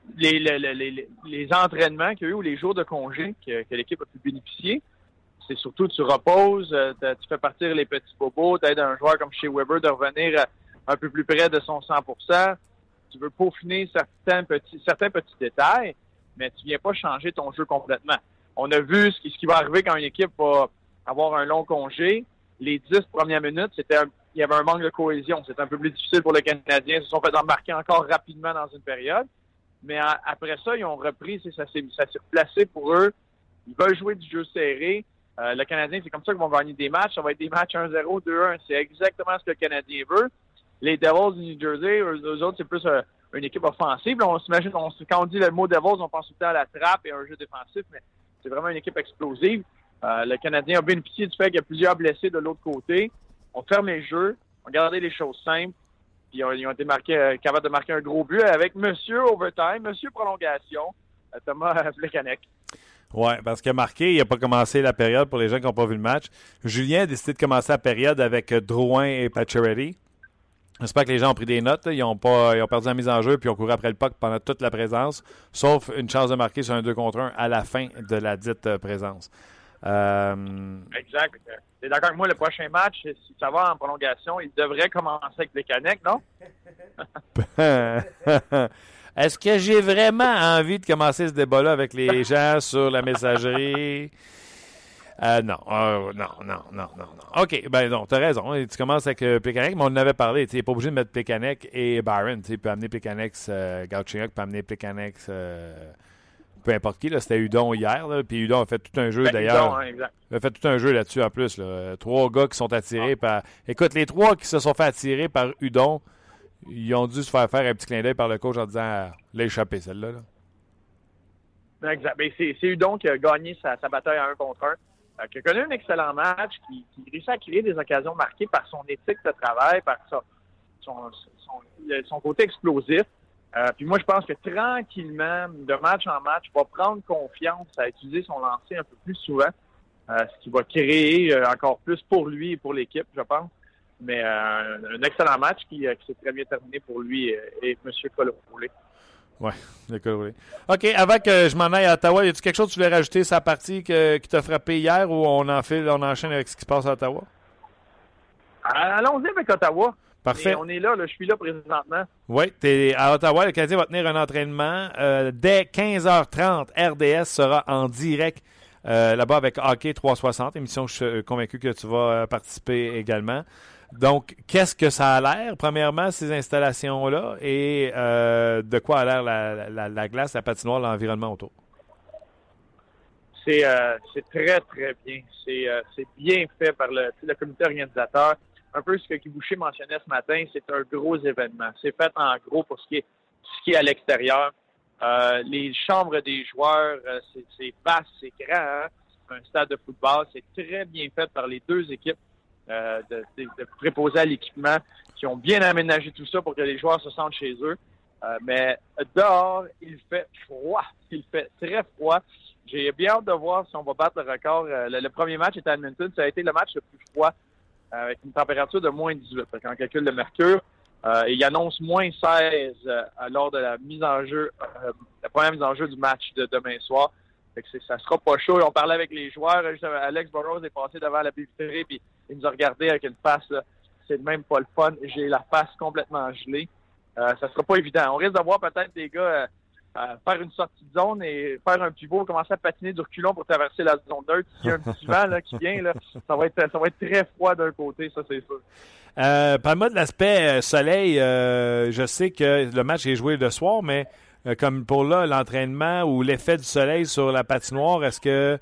les entraînements qu'il y a eu ou les jours de congé que l'équipe a pu bénéficier, c'est surtout tu reposes, tu fais partir les petits bobos, tu aides un joueur comme chez Weber de revenir un peu plus près de son 100%. Tu veux peaufiner certains petits détails, mais tu viens pas changer ton jeu complètement. On a vu ce qui va arriver quand une équipe va avoir un long congé. Les 10 premières minutes, il y avait un manque de cohésion. C'était un peu plus difficile pour les Canadiens. Ils se sont fait embarquer encore rapidement dans une période. Mais après ça, ils ont repris. Ça s'est replacé pour eux. Ils veulent jouer du jeu serré. Le Canadien, c'est comme ça qu'ils vont gagner des matchs. Ça va être des matchs 1-0, 2-1. C'est exactement ce que le Canadien veut. Les Devils du New Jersey, eux autres, c'est plus une équipe offensive. Là, on s'imagine, quand on dit le mot Devils, on pense tout le temps à la trappe et à un jeu défensif, mais c'est vraiment une équipe explosive. Le Canadien a bénéficié du fait qu'il y a plusieurs blessés de l'autre côté. On ferme les jeux, on gardait les choses simples, puis ils ont été capables de marquer un gros but avec Monsieur Overtime, Monsieur Prolongation, Thomas Plekanec. Oui, parce qu'il a marqué, il n'a pas commencé la période pour les gens qui n'ont pas vu le match. Julien a décidé de commencer la période avec Drouin et Pacioretty. J'espère que les gens ont pris des notes. Là. Ils ont perdu la mise en jeu puis ils ont couru après le puck pendant toute la présence, sauf une chance de marquer sur un 2 contre 1 à la fin de la dite présence. Exact. T'es d'accord avec moi, le prochain match, si ça va en prolongation, il devrait commencer avec Plekanec, non? Est-ce que j'ai vraiment envie de commencer ce débat-là avec les gens sur la messagerie? Non. OK, ben non, t'as raison. Tu commences avec Plekanec, mais on en avait parlé. Tu n'es pas obligé de mettre Plekanec et Byron. Tu peux amener Plekanec, Galchenyuk peut amener Plekanec, peu importe qui. Là, c'était Hudon hier. Là, puis Hudon a fait tout un jeu, d'ailleurs. Hudon, exact. Il a fait tout un jeu là-dessus en plus. Là. 3 gars qui sont attirés par... Écoute, les 3 qui se sont fait attirer par Hudon, ils ont dû se faire un petit clin d'œil par le coach en disant l'a échappé, celle-là. Là. Exact. Ben, c'est Hudon qui a gagné sa bataille à 1 contre 1. Qui a connu un excellent match, qui réussit à créer des occasions marquées par son éthique de travail, par son côté explosif. Puis moi, je pense que tranquillement, de match en match, il va prendre confiance à utiliser son lancer un peu plus souvent, ce qui va créer encore plus pour lui et pour l'équipe, je pense. Mais un excellent match qui s'est très bien terminé pour lui et M. Colorolé. Oui, le Colorolé. OK, avant que je m'en aille à Ottawa, y a-t-il quelque chose que tu voulais rajouter sur la partie qui t'a frappé hier ou on enchaîne avec ce qui se passe à Ottawa? Allons-y avec Ottawa. Parfait. On est là, je suis là présentement. Oui, tu es à Ottawa. Le Canadien va tenir un entraînement. Dès 15h30, RDS sera en direct là-bas avec Hockey 360, émission je suis convaincu que tu vas participer également. Donc, qu'est-ce que ça a l'air, premièrement, ces installations-là, et de quoi a l'air la glace, la patinoire, l'environnement autour? C'est très, très bien. C'est bien fait par le comité organisateur. Un peu ce que Guy Boucher mentionnait ce matin, c'est un gros événement. C'est fait en gros pour ce qui est à l'extérieur. Les chambres des joueurs, c'est vaste, c'est grand, hein? Un stade de football. C'est très bien fait par les 2 équipes de préposés à l'équipement qui ont bien aménagé tout ça pour que les joueurs se sentent chez eux. Mais dehors, il fait froid. Il fait très froid. J'ai bien hâte de voir si on va battre le record. Le premier match était à Edmonton. Ça a été le match le plus froid avec une température de moins 18. Quand on calcule le mercure, il annonce moins 16 lors de la mise en jeu, la première mise en jeu du match de demain soir. Fait que ça sera pas chaud. On parlait avec les joueurs. Alex Burrows est passé devant la baie vitrée puis il nous a regardé avec une face. Là. C'est même pas le fun. J'ai la face complètement gelée. Ça sera pas évident. On risque de voir peut-être des gars faire une sortie de zone et faire un pivot, commencer à patiner du reculon pour traverser la zone neutre. S'il y a un petit vent là, qui vient, là, ça va être très froid d'un côté, ça c'est sûr. Parle-moi de l'aspect soleil. Je sais que le match est joué le soir, mais comme pour là, l'entraînement ou l'effet du soleil sur la patinoire, est-ce que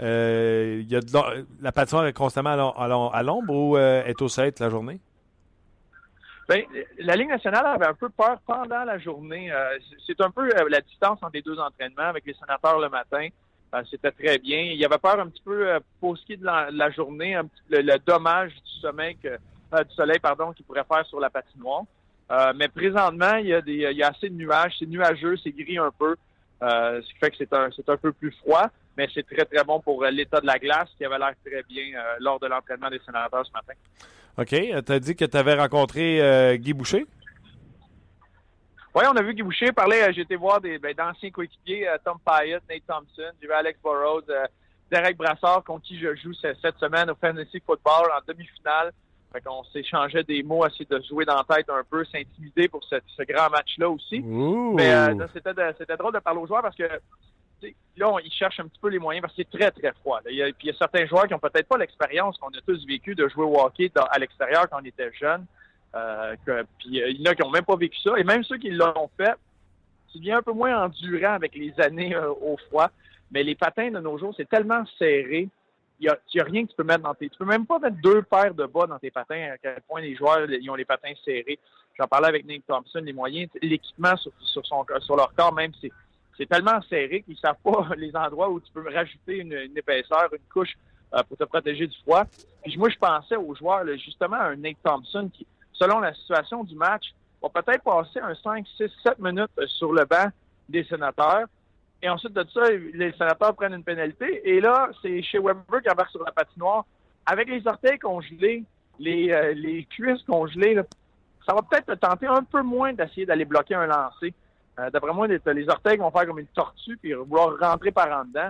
la patinoire est constamment à l'ombre ou est au soleil toute la journée? Bien, la Ligue nationale avait un peu peur pendant la journée. C'est un peu la distance entre les 2 entraînements avec les sénateurs le matin. C'était très bien. Il y avait peur un petit peu pour ce qui est de la journée, le dommage du soleil qu'il pourrait faire sur la patinoire. Mais présentement, il y a assez de nuages. C'est nuageux, c'est gris un peu. Ce qui fait que c'est un peu plus froid. Mais c'est très, très bon pour l'état de la glace qui avait l'air très bien lors de l'entraînement des sénateurs ce matin. OK. Tu as dit que tu avais rencontré Guy Boucher? Oui, on a vu Guy Boucher parler. J'ai été voir d'anciens coéquipiers, Tom Pyatt, Nate Thompson. J'ai vu Alex Burrows, Derek Brassard, contre qui je joue cette semaine au Fantasy Football en demi-finale. Fait qu'on s'échangeait des mots, essayer de jouer dans la tête un peu, s'intimider pour ce grand match-là aussi. Ouh. Mais c'était drôle de parler aux joueurs parce que là, ils cherchent un petit peu les moyens parce que c'est très, très froid. Puis il y a certains joueurs qui n'ont peut-être pas l'expérience qu'on a tous vécu de jouer au hockey à l'extérieur quand on était jeunes. Puis il y en a qui n'ont même pas vécu ça. Et même ceux qui l'ont fait, c'est bien un peu moins endurant avec les années au froid. Mais les patins de nos jours, c'est tellement serré. Il y a rien que tu peux mettre dans tes... Tu peux même pas mettre 2 paires de bas dans tes patins, à quel point les joueurs ils ont les patins serrés. J'en parlais avec Nate Thompson, les moyens, l'équipement sur leur corps même, c'est tellement serré qu'ils savent pas les endroits où tu peux rajouter une épaisseur, une couche pour te protéger du froid. Puis moi, je pensais aux joueurs, là, justement, à un Nate Thompson qui, selon la situation du match, va peut-être passer un 5, 6, 7 minutes sur le banc des sénateurs. Et ensuite de ça, les sénateurs prennent une pénalité. Et là, c'est chez Weber qui embarque sur la patinoire. Avec les orteils congelés, les cuisses congelées, là, ça va peut-être te tenter un peu moins d'essayer d'aller bloquer un lancer. D'après moi, les orteils vont faire comme une tortue puis vouloir rentrer par en dedans.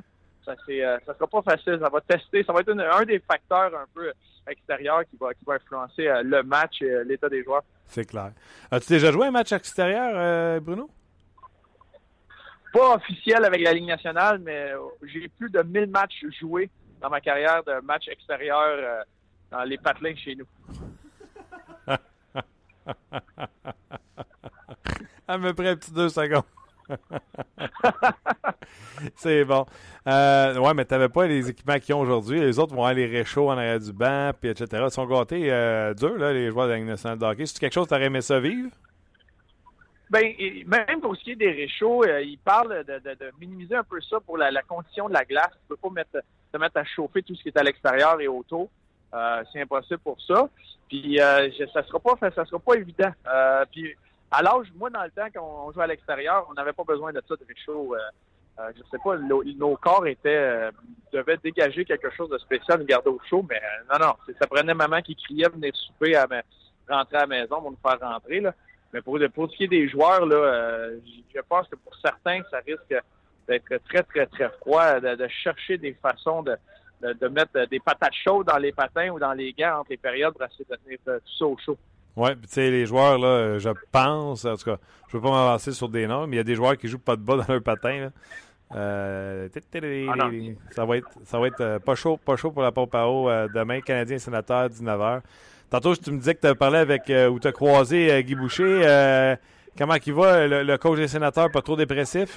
ça sera pas facile. Ça va tester, ça va être un des facteurs un peu extérieurs qui va influencer le match et l'état des joueurs. C'est clair. As-tu déjà joué un match extérieur, Bruno? Pas officiel avec la Ligue nationale, mais j'ai plus de 1000 matchs joués dans ma carrière de matchs extérieurs dans les patelins chez nous. À peu près un petit 2 secondes. C'est bon. Ouais, mais tu n'avais pas les équipements qu'ils ont aujourd'hui. Les autres vont avoir les réchauds en arrière du banc, puis etc. Ils sont gâtés durs, là, les joueurs de la Ligue nationale de hockey. C'est quelque chose que tu aurais aimé ça vivre? Ben, même pour ce qui est des réchauds, il parle de minimiser un peu ça pour la condition de la glace. Tu peux pas te mettre à chauffer tout ce qui est à l'extérieur et autour. C'est impossible pour ça. Puis ça sera pas évident. Puis à l'âge, moi dans le temps quand on jouait à l'extérieur, on n'avait pas besoin de ça de réchaud. Je sais pas, nos corps devaient dégager quelque chose de spécial, nous garder au chaud, mais non, ça prenait maman qui criait venir souper rentrer à la maison pour nous faire rentrer là. Mais pour ce qui est des joueurs, là, je pense que pour certains, ça risque d'être très, très, très froid, de chercher des façons de mettre des patates chaudes dans les patins ou dans les gants entre les périodes pour essayer de tenir tout ça au chaud. Oui, puis tu sais, les joueurs, là, je pense, en tout cas, je ne veux pas m'avancer sur des noms, mais il y a des joueurs qui jouent pas de bas dans leur patin. Là. Ça va être pas chaud pour la pompe à eau demain, Canadien Sénateur, 19h. Tantôt, tu me disais que tu as parlé ou tu as croisé Guy Boucher. Comment il va, le coach des Sénateurs, pas trop dépressif?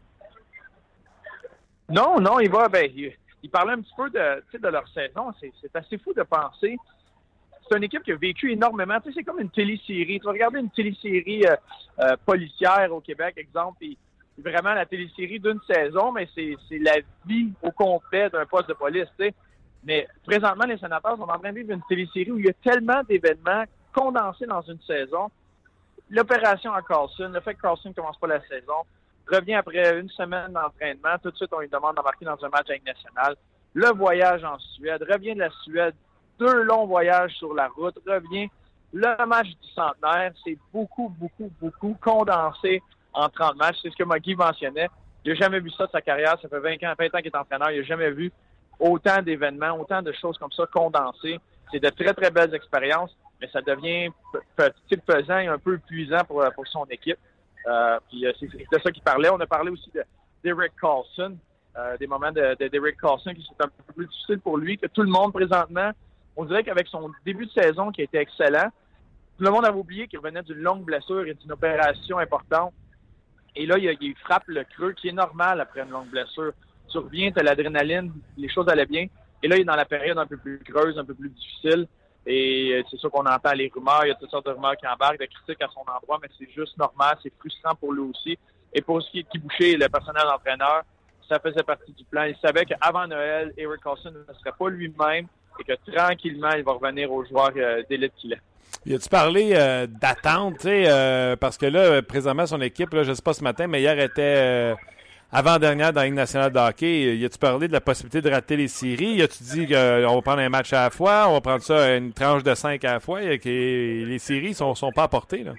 Non, il va. Il parlait un petit peu de leur saison. C'est assez fou de penser. C'est une équipe qui a vécu énormément. Tu sais, c'est comme une télésérie. Tu vas regarder une télésérie policière au Québec, exemple, et vraiment la télésérie d'une saison, mais c'est la vie au complet d'un poste de police, tu sais. Mais présentement, les Sénateurs sont en train de vivre une télésérie où il y a tellement d'événements condensés dans une saison. L'opération à Carlson, le fait que Carlson ne commence pas la saison, revient après une semaine d'entraînement. Tout de suite, on lui demande d'embarquer dans un match avec national. Le voyage en Suède, revient de la Suède, 2 longs voyages sur la route, revient le match du centenaire. C'est beaucoup, beaucoup, beaucoup condensé en 30 matchs. C'est ce que Guy mentionnait. Il n'a jamais vu ça de sa carrière. Ça fait 20 ans qu'il est entraîneur. Il n'a jamais vu autant d'événements, autant de choses comme ça condensées. C'est de très, très belles expériences, mais ça devient pesant et un peu épuisant pour son équipe. Puis c'est de ça qu'il parlait. On a parlé aussi d'Erik Karlsson, des moments d'Erik Karlsson qui sont un peu plus difficiles pour lui, que tout le monde présentement, on dirait qu'avec son début de saison qui était excellent, tout le monde avait oublié qu'il revenait d'une longue blessure et d'une opération importante. Et là, il frappe le creux, qui est normal après une longue blessure. Tu reviens, tu as l'adrénaline, les choses allaient bien. Et là, il est dans la période un peu plus creuse, un peu plus difficile. Et c'est sûr qu'on entend les rumeurs, il y a toutes sortes de rumeurs qui embarquent, de critiques à son endroit, mais c'est juste normal, c'est frustrant pour lui aussi. Et pour ce qui est de Guy Boucher, le personnel d'entraîneur, ça faisait partie du plan. Il savait qu'avant Noël, Erik Karlsson ne serait pas lui-même et que tranquillement, il va revenir aux joueurs d'élite qu'il est. Y a-tu parlé d'attente, tu sais, parce que là, présentement, son équipe, là, je ne sais pas ce matin, mais hier était avant-dernière dans la Ligue nationale de hockey. Y a-tu parlé de la possibilité de rater les séries? Y a-tu dit qu'on va prendre un match à la fois, on va prendre ça une tranche de 5 à la fois, et que les séries sont pas à portée, là?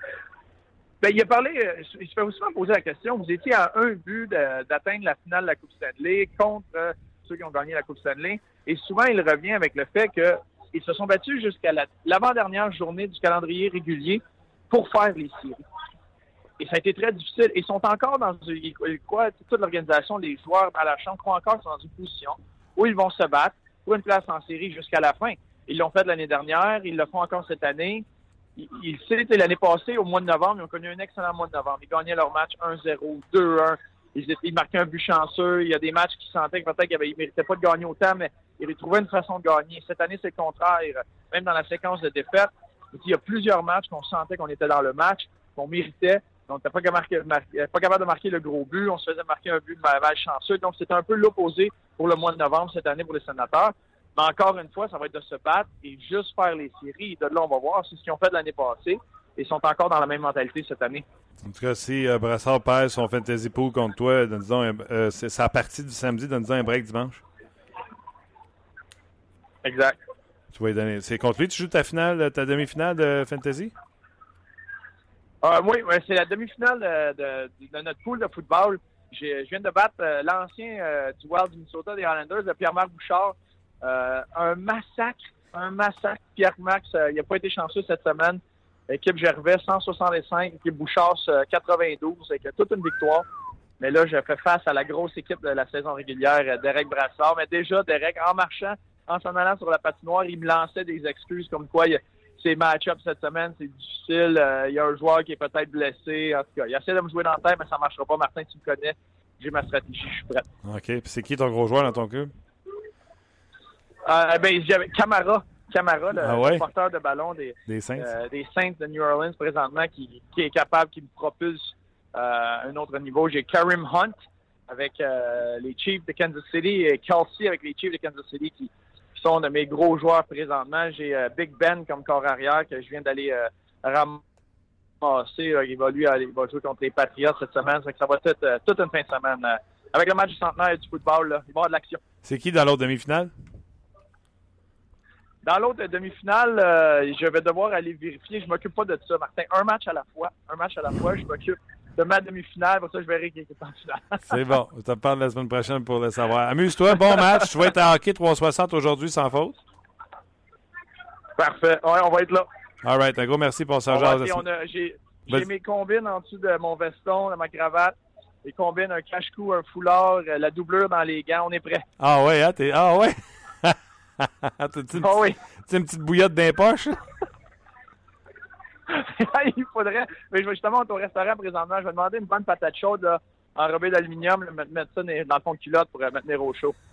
Ben, il a parlé, il se fait aussi poser la question, vous étiez à un but d'atteindre la finale de la Coupe Stanley contre ceux qui ont gagné la Coupe Stanley, et souvent il revient avec le fait qu'ils se sont battus jusqu'à l'avant-dernière journée du calendrier régulier pour faire les séries. Et ça a été très difficile. Ils sont encore toute l'organisation, les joueurs à la Chambre croient encore dans une position où ils vont se battre pour une place en série jusqu'à la fin. Ils l'ont fait l'année dernière, ils le font encore cette année. C'était l'année passée, au mois de novembre, ils ont connu un excellent mois de novembre. Ils gagnaient leur match 1-0, 2-1. Ils marquaient un but chanceux. Il y a des matchs qui sentaient que peut-être qu'ils ne méritaient pas de gagner autant, mais ils trouvaient une façon de gagner. Cette année, c'est le contraire. Même dans la séquence de défaites, il y a plusieurs matchs qu'on sentait qu'on était dans le match, qu'on méritait. On n'était pas capable de marquer le gros but. On se faisait marquer un but de mal chanceux. Donc, c'était un peu l'opposé pour le mois de novembre cette année pour les Sénateurs. Mais encore une fois, ça va être de se battre et juste faire les séries. De là, on va voir. C'est ce qu'ils ont fait l'année passée. Ils sont encore dans la même mentalité cette année. En tout cas, si Brassard perd son fantasy pool contre toi, disons, c'est à partir du samedi, donne-nous un break dimanche. Exact. Tu vas lui donner. C'est contre lui que tu joues ta demi-finale de fantasy? Oui, c'est la demi-finale de notre pool de football. je viens de battre l'ancien du Wild du Minnesota, des Islanders, Pierre-Marc Bouchard. Un massacre. Pierre-Marc, il n'a pas été chanceux cette semaine. Équipe Gervais, 165. Équipe Bouchard, 92. C'est toute une victoire. Mais là, je fais face à la grosse équipe de la saison régulière, Derek Brassard. Mais déjà, Derek, en marchant, en s'en allant sur la patinoire, il me lançait des excuses comme quoi ses match-ups cette semaine, c'est difficile. Il y a un joueur qui est peut-être blessé. En tout cas, il essaie de me jouer dans la tête, mais ça ne marchera pas. Martin, tu me connais. J'ai ma stratégie, je suis prêt. OK. Puis c'est qui ton gros joueur dans ton club? J'avais Camara, le porteur de ballon des Saints. Des Saints de New Orleans présentement, qui est capable, qui me propulse à un autre niveau. J'ai Kareem Hunt avec les Chiefs de Kansas City et Kelsey avec les Chiefs de Kansas City qui sont de mes gros joueurs présentement. J'ai Big Ben comme corps arrière que je viens d'aller ramasser. Il va jouer contre les Patriots cette semaine. Ça va être toute une fin de semaine. Avec le match du centenaire et du football, là, il va y avoir de l'action. C'est qui dans l'autre demi-finale? Dans l'autre demi-finale, je vais devoir aller vérifier. Je m'occupe pas de ça, Martin. Un match à la fois. Je m'occupe de ma demi-finale. Pour ça, je verrai qui est en finale. C'est bon. Je te parle la semaine prochaine pour le savoir. Amuse-toi. Bon match. Tu vas être à hockey 360 aujourd'hui sans faute. Parfait. Ouais, on va être là. All right. Un gros merci pour ça. J'ai mes combines en dessous de mon veston, de ma cravate. Les combines, un cache-cou, un foulard, la doublure dans les gants. On est prêt. Ah ouais, hein? Ah ouais? T'as une petite bouillotte dans les poches? Il faudrait. Mais justement, au restaurant présentement, je vais demander une bonne patate chaude là, enrobée d'aluminium, mettre ça dans le fond de culotte pour me tenir au chaud.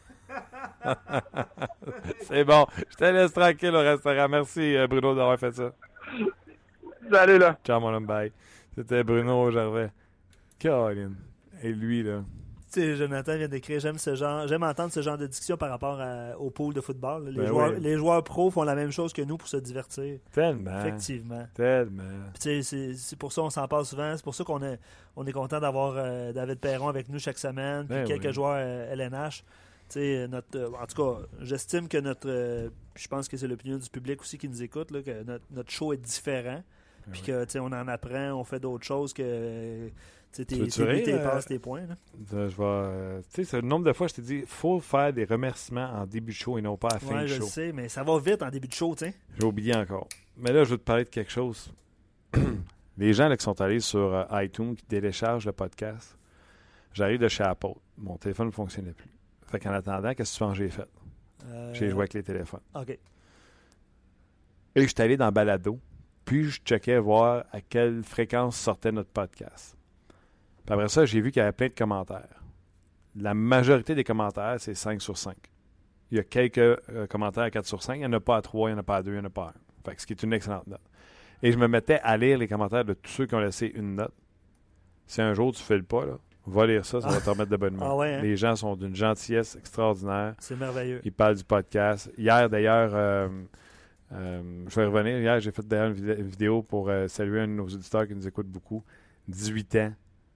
C'est bon. Je te laisse tranquille au restaurant. Merci, Bruno, d'avoir fait ça. Salut, là. Ciao, mon homme. Bye. C'était Bruno Gervais. Caroline. Et lui, là. Tu sais, Jonathan vient d'écrire, j'aime entendre ce genre de discussion par rapport au pool de football. Les joueurs pros font la même chose que nous pour se divertir. Tellement. Effectivement. Tellement. Puis, c'est pour ça qu'on s'en parle souvent. C'est pour ça qu'on est content d'avoir David Perron avec nous chaque semaine. Puis quelques joueurs LNH. En tout cas, j'estime que je pense que c'est l'opinion du public aussi qui nous écoute, là, que notre show est différent. Puis que on en apprend, on fait d'autres choses que tes passes, tes points. Là. C'est le nombre de fois je t'ai dit, il faut faire des remerciements en début de show et non pas à la fin de show. Je sais, mais ça va vite en début de show, tu sais. J'ai oublié encore. Mais là, je veux te parler de quelque chose. Les gens là, qui sont allés sur iTunes, qui téléchargent le podcast, j'arrive de chez Apple. Mon téléphone ne fonctionnait plus. Fait qu'en attendant, qu'est-ce que tu penses que j'ai fait? J'ai joué avec les téléphones. OK. Et je suis allé dans Balado, puis je checkais voir à quelle fréquence sortait notre podcast. Puis après ça, j'ai vu qu'il y avait plein de commentaires. La majorité des commentaires, c'est 5 sur 5. Il y a quelques commentaires à 4 sur 5. Il n'y en a pas à 3, il n'y en a pas à 2, il n'y en a pas à 1. Fait que ce qui est une excellente note. Et je me mettais à lire les commentaires de tous ceux qui ont laissé une note. Si un jour tu ne fais le pas, là, va lire ça, ça va te remettre de bonne humeur. Hein? Les gens sont d'une gentillesse extraordinaire. C'est merveilleux. Ils parlent du podcast. Hier, d'ailleurs, je vais revenir. Hier, j'ai fait d'ailleurs une vidéo pour saluer un de nos auditeurs qui nous écoute beaucoup. 18 ans.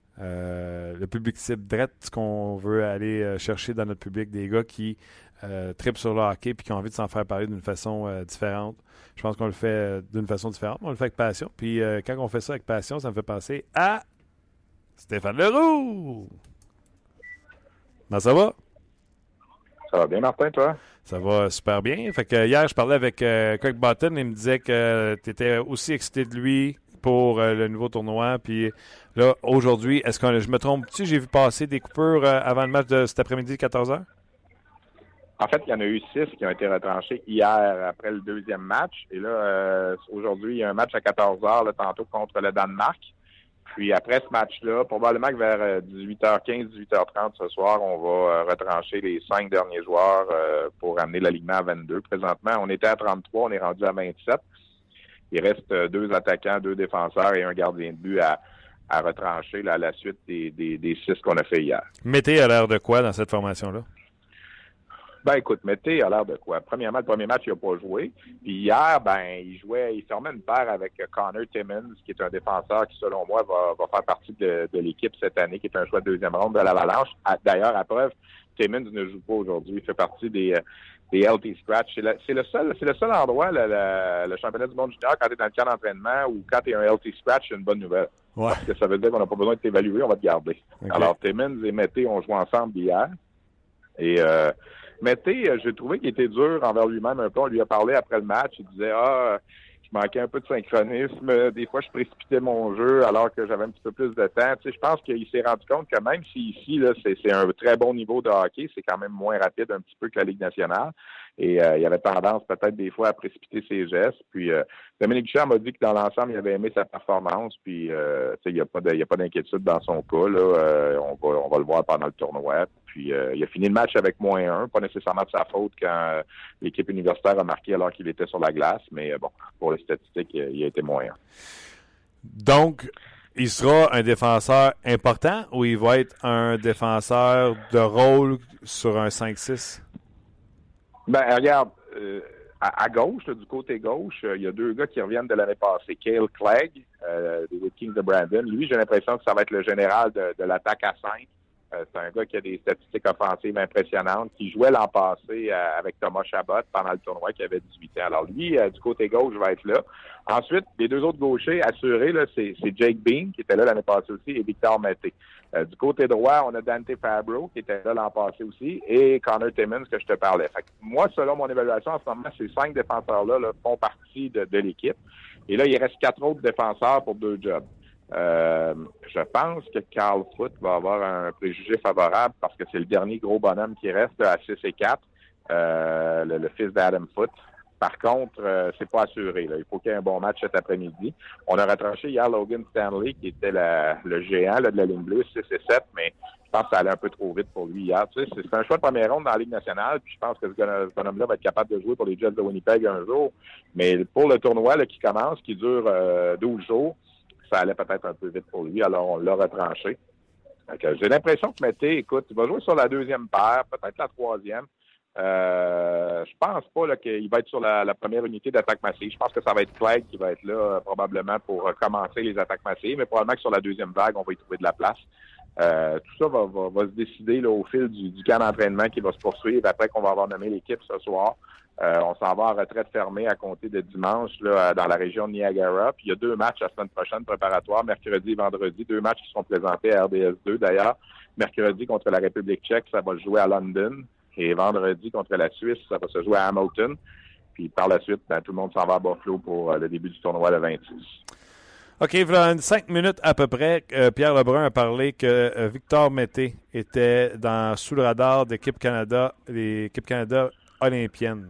Le public cible, direct ce qu'on veut aller chercher dans notre public, des gars qui trippent sur le hockey et qui ont envie de s'en faire parler d'une façon différente. Je pense qu'on le fait d'une façon différente, mais on le fait avec passion. Puis quand on fait ça avec passion, ça me fait penser à Stéphane Leroux. Comment ça va? Ça va bien, Martin, toi? Ça va super bien. Fait que hier, je parlais avec Coq Button et il me disait que tu étais aussi excité de lui pour le nouveau tournoi. Puis là, aujourd'hui, est-ce que je me trompe-tu? J'ai vu passer des coupures avant le match de cet après-midi, 14h? En fait, il y en a eu 6 qui ont été retranchés hier après le deuxième match. Et là, aujourd'hui, il y a un match à 14h, là, tantôt contre le Danemark. Puis après ce match-là, probablement que vers 18h15, 18h30 ce soir, on va retrancher les 5 derniers joueurs pour amener l'alignement à 22. Présentement, on était à 33, on est rendu à 27. Il reste 2 attaquants, 2 défenseurs et un gardien de but à retrancher là, à la suite des 6 qu'on a fait hier. Mété a l'air de quoi dans cette formation-là? Ben écoute, Mété a l'air de quoi? Premièrement, le premier match, il n'a pas joué. Puis hier, il formait une paire avec Connor Timmins, qui est un défenseur qui, selon moi, va faire partie de l'équipe cette année, qui est un choix de deuxième ronde de l'Avalanche. D'ailleurs, à preuve, Timmins ne joue pas aujourd'hui. Il fait partie des LT Scratch. C'est le seul endroit, le championnat du monde junior, quand tu es dans le camp d'entraînement ou quand tu es un LT Scratch, c'est une bonne nouvelle. Ouais. Parce que ça veut dire qu'on n'a pas besoin de t'évaluer, on va te garder. Okay. Alors, Timmins et Mété ont joué ensemble hier. Et Mété, j'ai trouvé qu'il était dur envers lui-même un peu. On lui a parlé après le match. Il disait, je manquais un peu de synchronisme. Des fois, je précipitais mon jeu alors que j'avais un petit peu plus de temps. Tu sais, je pense qu'il s'est rendu compte que même si ici, là, c'est un très bon niveau de hockey, c'est quand même moins rapide un petit peu que la Ligue nationale. Et il avait tendance peut-être des fois à précipiter ses gestes. Puis Dominique Duchamp m'a dit que dans l'ensemble, il avait aimé sa performance. Puis il n'y a pas d'inquiétude dans son cas. Là. On va le voir pendant le tournoi. Puis il a fini le match avec -1, pas nécessairement de sa faute quand l'équipe universitaire a marqué alors qu'il était sur la glace. Mais bon, pour les statistiques, il a été -1. Donc, il sera un défenseur important ou il va être un défenseur de rôle sur un 5-6? Ben, regarde, à gauche, là, du côté gauche, il y a deux gars qui reviennent de l'année passée. Cale Clegg, des Kings de Brandon. Lui, j'ai l'impression que ça va être le général de l'attaque à 5. C'est un gars qui a des statistiques offensives impressionnantes, qui jouait l'an passé avec Thomas Chabot pendant le tournoi, qui avait 18 ans. Alors lui, du côté gauche, va être là. Ensuite, les deux autres gauchers assurés, là, c'est Jake Bean, qui était là l'année passée aussi, et Victor Mété. Du côté droit, on a Dante Fabro, qui était là l'an passé aussi, et Connor Timmins, que je te parlais. Fait que moi, selon mon évaluation, en ce moment, ces 5 défenseurs-là là, font partie de l'équipe. Et là, il reste 4 autres défenseurs pour 2 jobs. Je pense que Carl Foote va avoir un préjugé favorable parce que c'est le dernier gros bonhomme qui reste là, à 6 et 4, le fils d'Adam Foote. Par contre, c'est pas assuré. Là. Il faut qu'il y ait un bon match cet après-midi. On a retranché hier Logan Stanley, qui était le géant là, de la ligne bleue, 6 et 7, mais je pense que ça allait un peu trop vite pour lui hier. Tu sais, c'est un choix de première ronde dans la Ligue nationale, puis je pense que ce bonhomme-là va être capable de jouer pour les Jets de Winnipeg un jour. Mais pour le tournoi là, qui commence, qui dure 12 jours, ça allait peut-être un peu vite pour lui, alors on l'a retranché. J'ai l'impression que Mété, écoute, il va jouer sur la deuxième paire, peut-être la troisième. Je pense pas là, qu'il va être sur la première unité d'attaque massive. Je pense que ça va être Clegg qui va être là probablement pour commencer les attaques massives, mais probablement que sur la deuxième vague, on va y trouver de la place. Tout ça va se décider là, au fil du camp d'entraînement qui va se poursuivre après qu'on va avoir nommé l'équipe ce soir. On s'en va en retraite fermée à compter de dimanche là, dans la région de Niagara. Puis il y a 2 matchs la semaine prochaine préparatoires, mercredi et vendredi. 2 matchs qui seront présentés à RDS2 d'ailleurs. Mercredi contre la République tchèque, ça va se jouer à London. Et vendredi contre la Suisse, ça va se jouer à Hamilton. Puis par la suite, tout le monde s'en va à Buffalo pour le début du tournoi le 26. OK, voilà 5 minutes à peu près. Pierre Lebrun a parlé que Victor Mété était sous le radar d'équipe Canada, l'équipe Canada olympienne.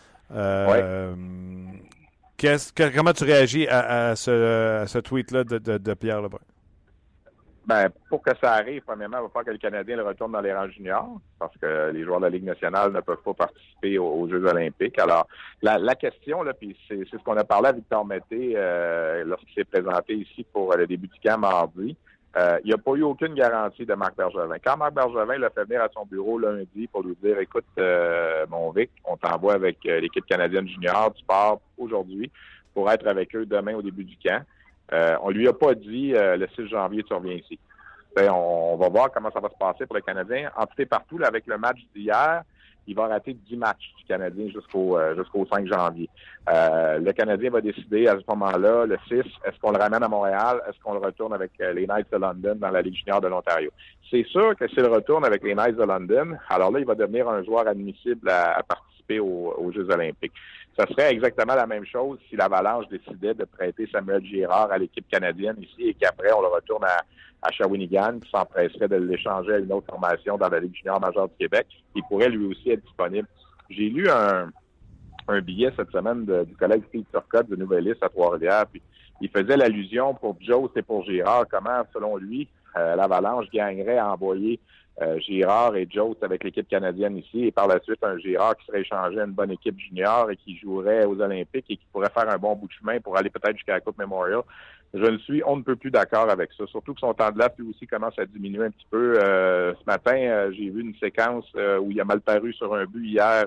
Comment tu réagis à ce tweet-là de Pierre Lebrun? Ben, pour que ça arrive, premièrement, il va falloir que le Canadien le retourne dans les rangs juniors, parce que les joueurs de la Ligue nationale ne peuvent pas participer aux Jeux olympiques. Alors, la question, là, puis c'est ce qu'on a parlé à Victor Mété lorsqu'il s'est présenté ici pour le début du camp mardi. Il n'y a pas eu aucune garantie de Marc Bergevin. Quand Marc Bergevin l'a fait venir à son bureau lundi pour lui dire, écoute, mon Vic, on t'envoie avec l'équipe canadienne junior, tu pars aujourd'hui pour être avec eux demain au début du camp. On lui a pas dit le 6 janvier, tu reviens ici. On va voir comment ça va se passer pour le Canadien. En tout et partout, là, avec le match d'hier, il va rater 10 matchs du Canadien jusqu'au 5 janvier. Le Canadien va décider à ce moment-là, le 6, est-ce qu'on le ramène à Montréal? Est-ce qu'on le retourne avec les Knights de London dans la Ligue junior de l'Ontario? C'est sûr que s'il retourne avec les Knights de London, alors là, il va devenir un joueur admissible à participer aux Jeux olympiques. Ça serait exactement la même chose si l'Avalanche décidait de prêter Samuel Girard à l'équipe canadienne ici et qu'après, on le retourne à Shawinigan, qui s'empresserait de l'échanger à une autre formation dans la Ligue junior majeure du Québec. Il pourrait lui aussi être disponible. J'ai lu un billet cette semaine du collègue Steve Turcotte de Nouvelliste à Trois-Rivières, puis il faisait l'allusion pour Joe et pour Girard, comment, selon lui, l'Avalanche gagnerait à envoyer Girard et Joe avec l'équipe canadienne ici, et par la suite, un Girard qui serait échangé à une bonne équipe junior et qui jouerait aux Olympiques et qui pourrait faire un bon bout de chemin pour aller peut-être jusqu'à la Coupe Memorial. Je ne suis on ne peut plus d'accord avec ça. Surtout que son temps de glace, lui aussi, commence à diminuer un petit peu. Ce matin, j'ai vu une séquence où il a mal paru sur un but hier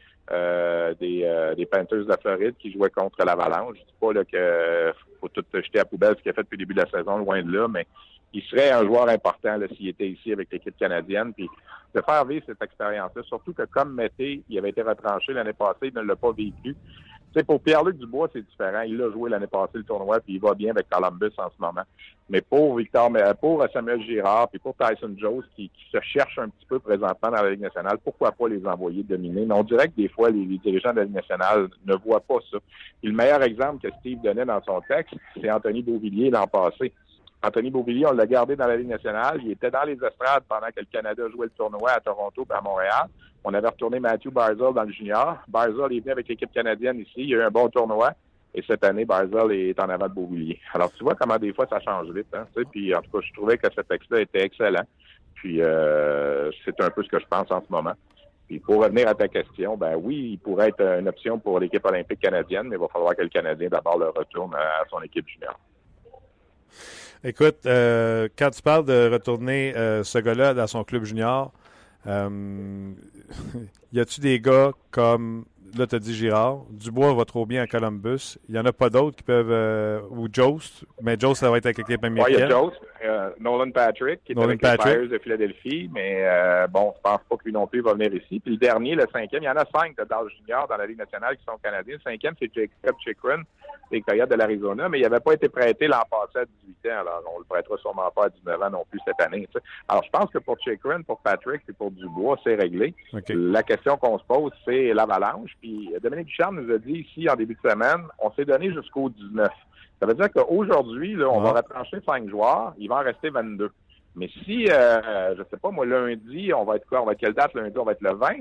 des Panthers de la Floride qui jouaient contre l'Avalanche. Je dis pas là, que faut tout jeter à la poubelle ce qu'il a fait depuis le début de la saison, loin de là, mais il serait un joueur important là, s'il était ici avec l'équipe canadienne. Puis de faire vivre cette expérience-là, surtout que comme Mété, il avait été retranché l'année passée, il ne l'a pas vécu. Tu sais, pour Pierre-Luc Dubois, c'est différent. Il a joué l'année passée le tournoi, puis il va bien avec Columbus en ce moment. Mais pour Samuel Girard, puis pour Tyson Jones, qui se cherche un petit peu présentement dans la Ligue nationale, pourquoi pas les envoyer dominer? Mais on dirait que des fois, les dirigeants de la Ligue nationale ne voient pas ça. Et le meilleur exemple que Steve donnait dans son texte, c'est Anthony Beauvillier l'an passé. Anthony Beauvillier, on l'a gardé dans la Ligue nationale. Il était dans les estrades pendant que le Canada jouait le tournoi à Toronto et à Montréal. On avait retourné Matthew Barzal dans le junior. Barzal est venu avec l'équipe canadienne ici. Il y a eu un bon tournoi. Et cette année, Barzal est en avant de Beauvillier. Alors, tu vois comment des fois ça change vite. Hein, tu sais? Puis, en tout cas, je trouvais que ce texte-là était excellent. Puis, c'est un peu ce que je pense en ce moment. Puis, pour revenir à ta question, ben oui, il pourrait être une option pour l'équipe olympique canadienne, mais il va falloir que le Canadien d'abord le retourne à son équipe junior. Écoute, quand tu parles de retourner ce gars-là dans son club junior, y a-tu des gars comme, là tu as dit Girard, Dubois va trop bien à Columbus, il n'y en a pas d'autres qui peuvent, ou Jost, mais Jost ça va être avec l'équipe américaine. Oui, il y a Jost, Nolan Patrick qui est avec les Flyers de Philadelphie, mais bon, je pense pas que lui non plus va venir ici. Puis le dernier, le 5e, il y en a 5 de Dallas Junior dans la Ligue nationale qui sont canadiens. Le 5e, c'est Jacob Chychrun, des Coyotes de l'Arizona, mais il n'avait pas été prêté l'an passé à 18 ans, alors on le prêtera sûrement pas à 19 ans non plus cette année. Tu sais. Alors je pense que pour Chychrun, pour Patrick et pour Dubois, c'est réglé. Okay. La question qu'on se pose, c'est l'Avalanche. Puis Dominique Ducharme nous a dit ici en début de semaine, on s'est donné jusqu'au 19. Ça veut dire qu'aujourd'hui, là, on va retrancher 5 joueurs, il va en rester 22. Mais si, je sais pas, moi, lundi, on va être quoi? On va être quelle date lundi? On va être le 20?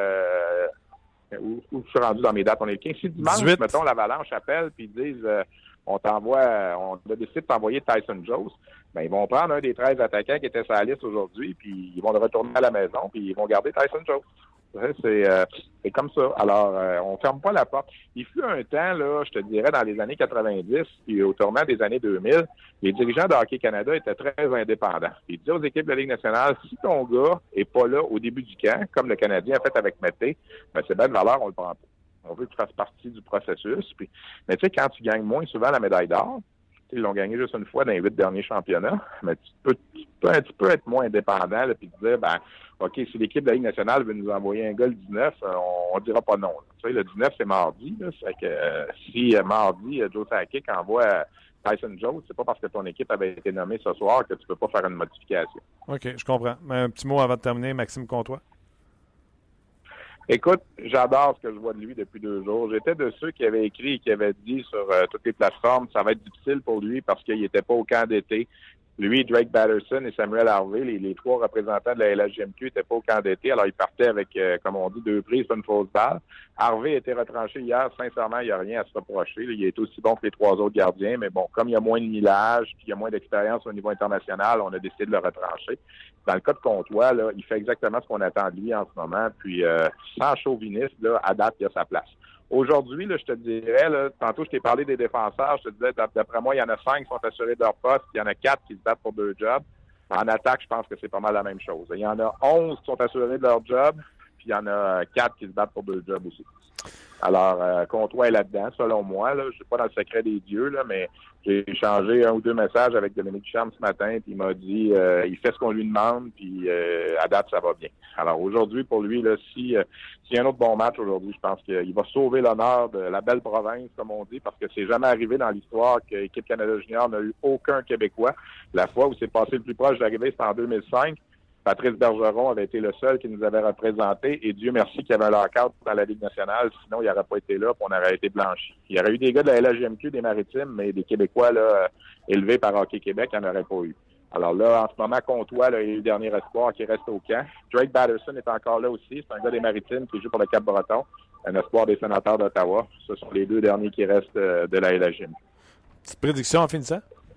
Où je suis rendu dans mes dates? On est le 15. Si dimanche, 18. Mettons, l'Avalanche appelle puis ils disent on a décidé de t'envoyer Tyson Jones, ben ils vont prendre un des 13 attaquants qui étaient sur la liste aujourd'hui, puis ils vont le retourner à la maison, puis ils vont garder Tyson Jones. C'est comme ça. Alors, on ferme pas la porte. Il fut un temps, là, je te dirais, dans les années 90 et au tournant des années 2000, les dirigeants de Hockey Canada étaient très indépendants. Ils disaient aux équipes de la Ligue nationale, si ton gars est pas là au début du camp, comme le Canadien a fait avec Mété, ben c'est bien de valeur, on le prend pas. On veut que tu fasses partie du processus. Puis, mais tu sais, quand tu gagnes moins souvent la médaille d'or, ils l'ont gagné juste une fois dans les 8 derniers championnats, mais tu peux un petit peu être moins indépendant puis te dire, ben, OK, si l'équipe de la Ligue nationale veut nous envoyer un gars le 19, on dira pas non. Tu sais, le 19, c'est mardi. Là, c'est que si mardi, Joe Sakic envoie Tyson Jones, c'est pas parce que ton équipe avait été nommée ce soir que tu peux pas faire une modification. OK, je comprends. Mais un petit mot avant de terminer, Maxime Comtois. Écoute, j'adore ce que je vois de lui depuis 2 jours. J'étais de ceux qui avaient écrit et qui avaient dit sur toutes les plateformes, ça va être difficile pour lui parce qu'il n'était pas au camp d'été. Lui, Drake Batterson et Samuel Harvey, les 3 représentants de la LHJMQ n'étaient pas au camp d'été. Alors, ils partaient avec, comme on dit, 2 prises, une fausse balle. Harvey a été retranché hier. Sincèrement, il n'y a rien à se reprocher. Il est aussi bon que les 3 autres gardiens. Mais bon, comme il y a moins de millage puis il y a moins d'expérience au niveau international, on a décidé de le retrancher. Dans le cas de Comtois, là, il fait exactement ce qu'on attend de lui en ce moment. Puis, sans chauvinisme, là, à date, il a sa place. Aujourd'hui, là, je te dirais, là, tantôt je t'ai parlé des défenseurs, je te disais, d'après moi, il y en a 5 qui sont assurés de leur poste, il y en a 4 qui se battent pour 2 jobs. En attaque, je pense que c'est pas mal la même chose. Il y en a 11 qui sont assurés de leur job, puis il y en a 4 qui se battent pour 2 jobs aussi. Alors, Comtois est là-dedans, selon moi. Là, je suis pas dans le secret des dieux, là, mais j'ai échangé 1 ou 2 messages avec Dominique Ducharme ce matin, puis il m'a dit il fait ce qu'on lui demande, puis à date, ça va bien. Alors aujourd'hui, pour lui, là, s'il y a un autre bon match aujourd'hui, je pense qu'il va sauver l'honneur de la belle province, comme on dit, parce que c'est jamais arrivé dans l'histoire que l'équipe Canada Junior n'a eu aucun Québécois. La fois où c'est passé le plus proche d'arriver, c'était en 2005. Patrice Bergeron avait été le seul qui nous avait représenté et Dieu merci qu'il y avait un lockout dans la Ligue nationale, sinon il n'aurait pas été là et on aurait été blanchi. Il y aurait eu des gars de la LHJMQ, des Maritimes, mais des Québécois là, élevés par Hockey Québec, il n'y en aurait pas eu. Alors là, en ce moment, Comtois là, est le dernier espoir qui reste au camp. Drake Batterson est encore là aussi, c'est un gars des Maritimes qui joue pour le Cap-Breton, un espoir des Sénateurs d'Ottawa. Ce sont les 2 derniers qui restent de la LHJMQ. Petite prédiction en finissant?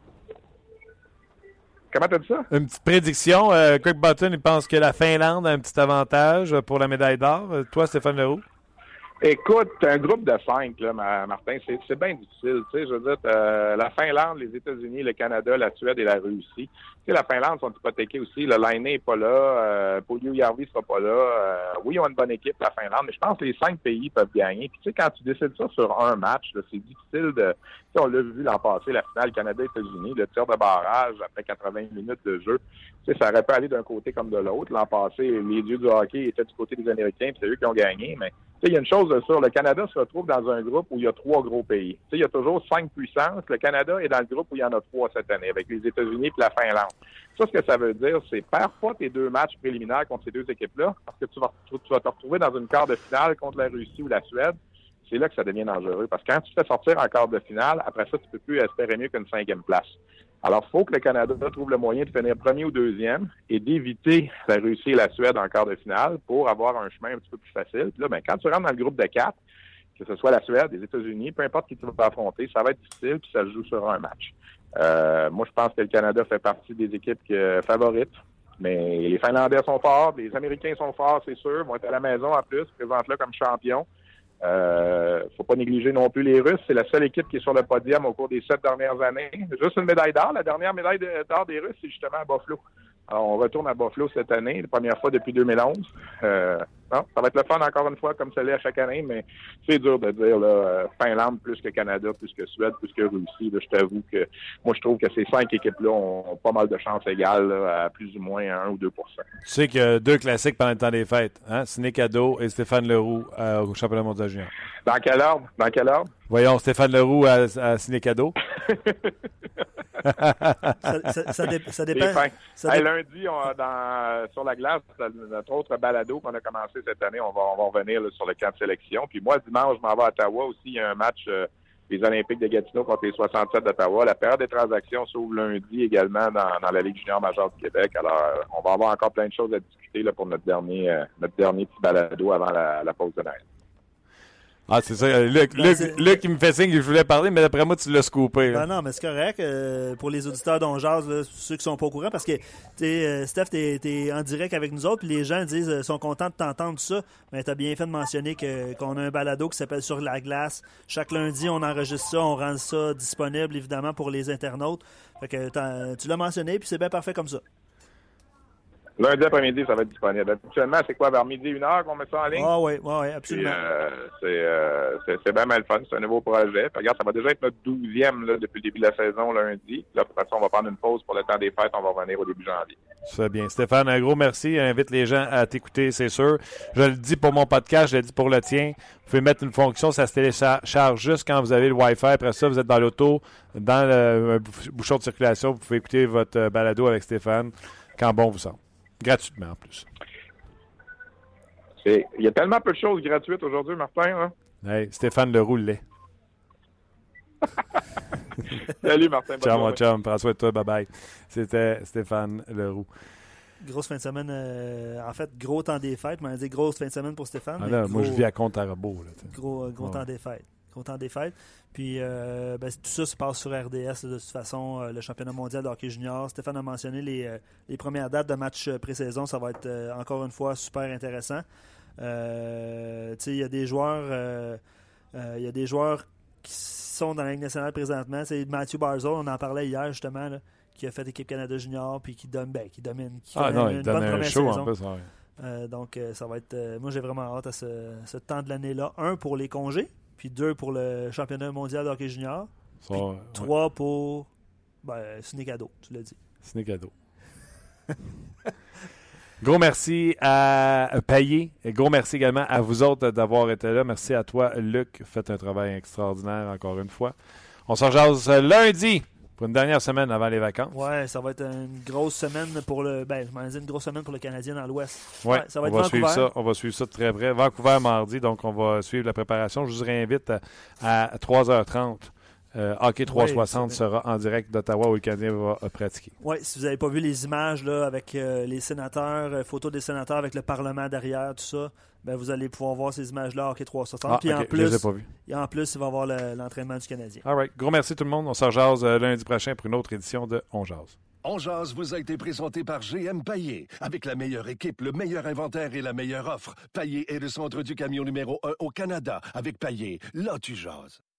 Comment t'as dit ça? Une petite prédiction. Craig Button, il pense que la Finlande a un petit avantage pour la médaille d'or. Toi, Stéphane Leroux? Écoute, un groupe de 5, là, Martin, c'est bien difficile. Tu sais, je veux dire, la Finlande, les États-Unis, le Canada, la Suède et la Russie. Tu sais, la Finlande sont hypothéqués aussi. Le Lainé n'est pas là. Puljujärvi sera pas là. Oui, ils ont une bonne équipe, la Finlande, mais je pense que les 5 pays peuvent gagner. Puis tu sais, quand tu décides ça sur un match, là, c'est difficile de... Tu sais, on l'a vu l'an passé, la finale Canada-États-Unis, le tir de barrage après 80 minutes de jeu. Tu sais, ça aurait pu aller d'un côté comme de l'autre. L'an passé, les dieux du hockey étaient du côté des Américains, puis c'est eux qui ont gagné, mais tu sais, il y a une chose de sûr, le Canada se retrouve dans un groupe où il y a 3 gros pays. Tu sais, il y a toujours 5 puissances. Le Canada est dans le groupe où il y en a 3 cette année, avec les États-Unis et la Finlande. Ça, ce que ça veut dire, c'est perds pas tes 2 matchs préliminaires contre ces 2 équipes-là, parce que tu vas te retrouver dans une quart de finale contre la Russie ou la Suède. C'est là que ça devient dangereux. Parce que quand tu te fais sortir en quart de finale, après ça, tu peux plus espérer mieux qu'une 5e place. Alors, il faut que le Canada trouve le moyen de finir premier ou deuxième et d'éviter la Russie et la Suède en quart de finale pour avoir un chemin un petit peu plus facile. Puis là, ben, quand tu rentres dans le groupe de 4, que ce soit la Suède, les États-Unis, peu importe qui tu vas affronter, ça va être difficile puis ça se joue sur un match. Moi, je pense que le Canada fait partie des équipes favorites. Mais les Finlandais sont forts, les Américains sont forts, c'est sûr, vont être à la maison en plus, présentent-là comme champions. Faut pas négliger non plus les Russes. C'est la seule équipe qui est sur le podium au cours des 7 dernières années. Juste une médaille d'or. La dernière médaille d'or des Russes, c'est justement à Buffalo. Alors, on retourne à Buffalo cette année, la première fois depuis 2011. Non, ça va être le fun encore une fois, comme ça l'est à chaque année, mais c'est dur de dire là, Finlande plus que Canada, plus que Suède, plus que Russie. Là, je t'avoue que moi, je trouve que ces 5 équipes-là ont pas mal de chances égales là, à plus ou moins 1 ou 2 %. Tu sais qu'il y a 2 classiques pendant le temps des fêtes, hein? Sidney Cadeau et Stéphane Leroux au championnat mondial junior. Dans quel ordre? Voyons, Stéphane Leroux à Sidney Cadeau. Ça dépend. Lundi, sur la glace, notre autre balado qu'on a commencé cette année, on va revenir là, sur le camp de sélection. Puis moi, dimanche, je m'en vais à Ottawa aussi. Il y a un match des Olympiques de Gatineau contre les 67 d'Ottawa. La période des transactions s'ouvre lundi également dans la Ligue junior majeure du Québec. Alors, on va avoir encore plein de choses à discuter là, pour notre dernier petit balado avant la pause de Noël. Ah, c'est ça. Luc, il me fait signe que je voulais parler, mais d'après moi, tu l'as scoopé. Ben non, mais c'est correct. Pour les auditeurs d'On Jase, là, ceux qui sont pas au courant, parce que Steph, t'es en direct avec nous autres, puis les gens disent sont contents de t'entendre tout ça. Mais t'as bien fait de mentionner qu'on a un balado qui s'appelle Sur la glace. Chaque lundi, on enregistre ça, on rend ça disponible, évidemment, pour les internautes. Fait que tu l'as mentionné, puis c'est bien parfait comme ça. Lundi après-midi, ça va être disponible. Habituellement, c'est quoi, vers midi, 1h qu'on met ça en ligne? Ah oui, absolument. Puis, c'est bien mal fun. C'est un nouveau projet. Puis, regarde, ça va déjà être notre 12e là, depuis le début de la saison lundi. Là, pour ça, on va prendre une pause pour le temps des fêtes. On va revenir au début janvier. C'est bien. Stéphane, un gros merci. Invite les gens à t'écouter, c'est sûr. Je le dis pour mon podcast, je le dis pour le tien. Vous pouvez mettre une fonction, ça se télécharge juste quand vous avez le Wi-Fi. Après ça, vous êtes dans l'auto, dans le bouchon de circulation. Vous pouvez écouter votre balado avec Stéphane quand bon vous semble. Gratuitement, en plus. Il y a tellement peu de choses gratuites aujourd'hui, Martin. Hein? Hey, Stéphane Leroux l'est. Salut, Martin. Ciao, mon chum. Prends soin de toi. Bye-bye. C'était Stéphane Leroux. Grosse fin de semaine. En fait, gros temps des fêtes. Mais on a dit grosse fin de semaine pour Stéphane. Ah là, moi, je vis à Compte-à-Rebours. Gros temps des fêtes. Gros temps des fêtes. Puis tout ça se passe sur RDS de toute façon, le championnat mondial de hockey junior. Stéphane a mentionné les premières dates de match pré-saison. Ça va être encore une fois super intéressant. Il y a des joueurs qui sont dans la Ligue nationale présentement. C'est Matthew Barzal, on en parlait hier justement, là, qui a fait équipe Canada junior puis qui domine une bonne première saison. En plus, ouais. Donc ça va être... moi j'ai vraiment hâte à ce temps de l'année-là. 1 pour les congés. Puis 2 pour le championnat mondial de hockey junior. Puis 3 pour... Sidney Cadeau, tu l'as dit. Sidney Cadeau. Gros merci à Payé. Et gros merci également à vous autres d'avoir été là. Merci à toi, Luc. Faites un travail extraordinaire encore une fois. On s'en jase lundi pour une dernière semaine avant les vacances. Ouais, ça va être une grosse semaine pour une grosse semaine pour le Canadien dans l'Ouest. Ouais, ça va être Vancouver. On va suivre ça de très près. Vancouver mardi, donc on va suivre la préparation. Je vous réinvite à 3h30. Hockey 360 sera en direct d'Ottawa où le Canadien va pratiquer. Oui, si vous n'avez pas vu les images là, avec les sénateurs, photos des sénateurs avec le Parlement derrière, tout ça, vous allez pouvoir voir ces images-là Hockey 360. Puis je les ai pas vues. Et en plus, il va y avoir l'entraînement du Canadien. All right. Gros merci tout le monde. On se rejase lundi prochain pour une autre édition de On Jase. On jase vous a été présenté par GM Payet. Avec la meilleure équipe, le meilleur inventaire et la meilleure offre. Payet est le centre du camion numéro 1 au Canada. Avec Payet, là tu jases.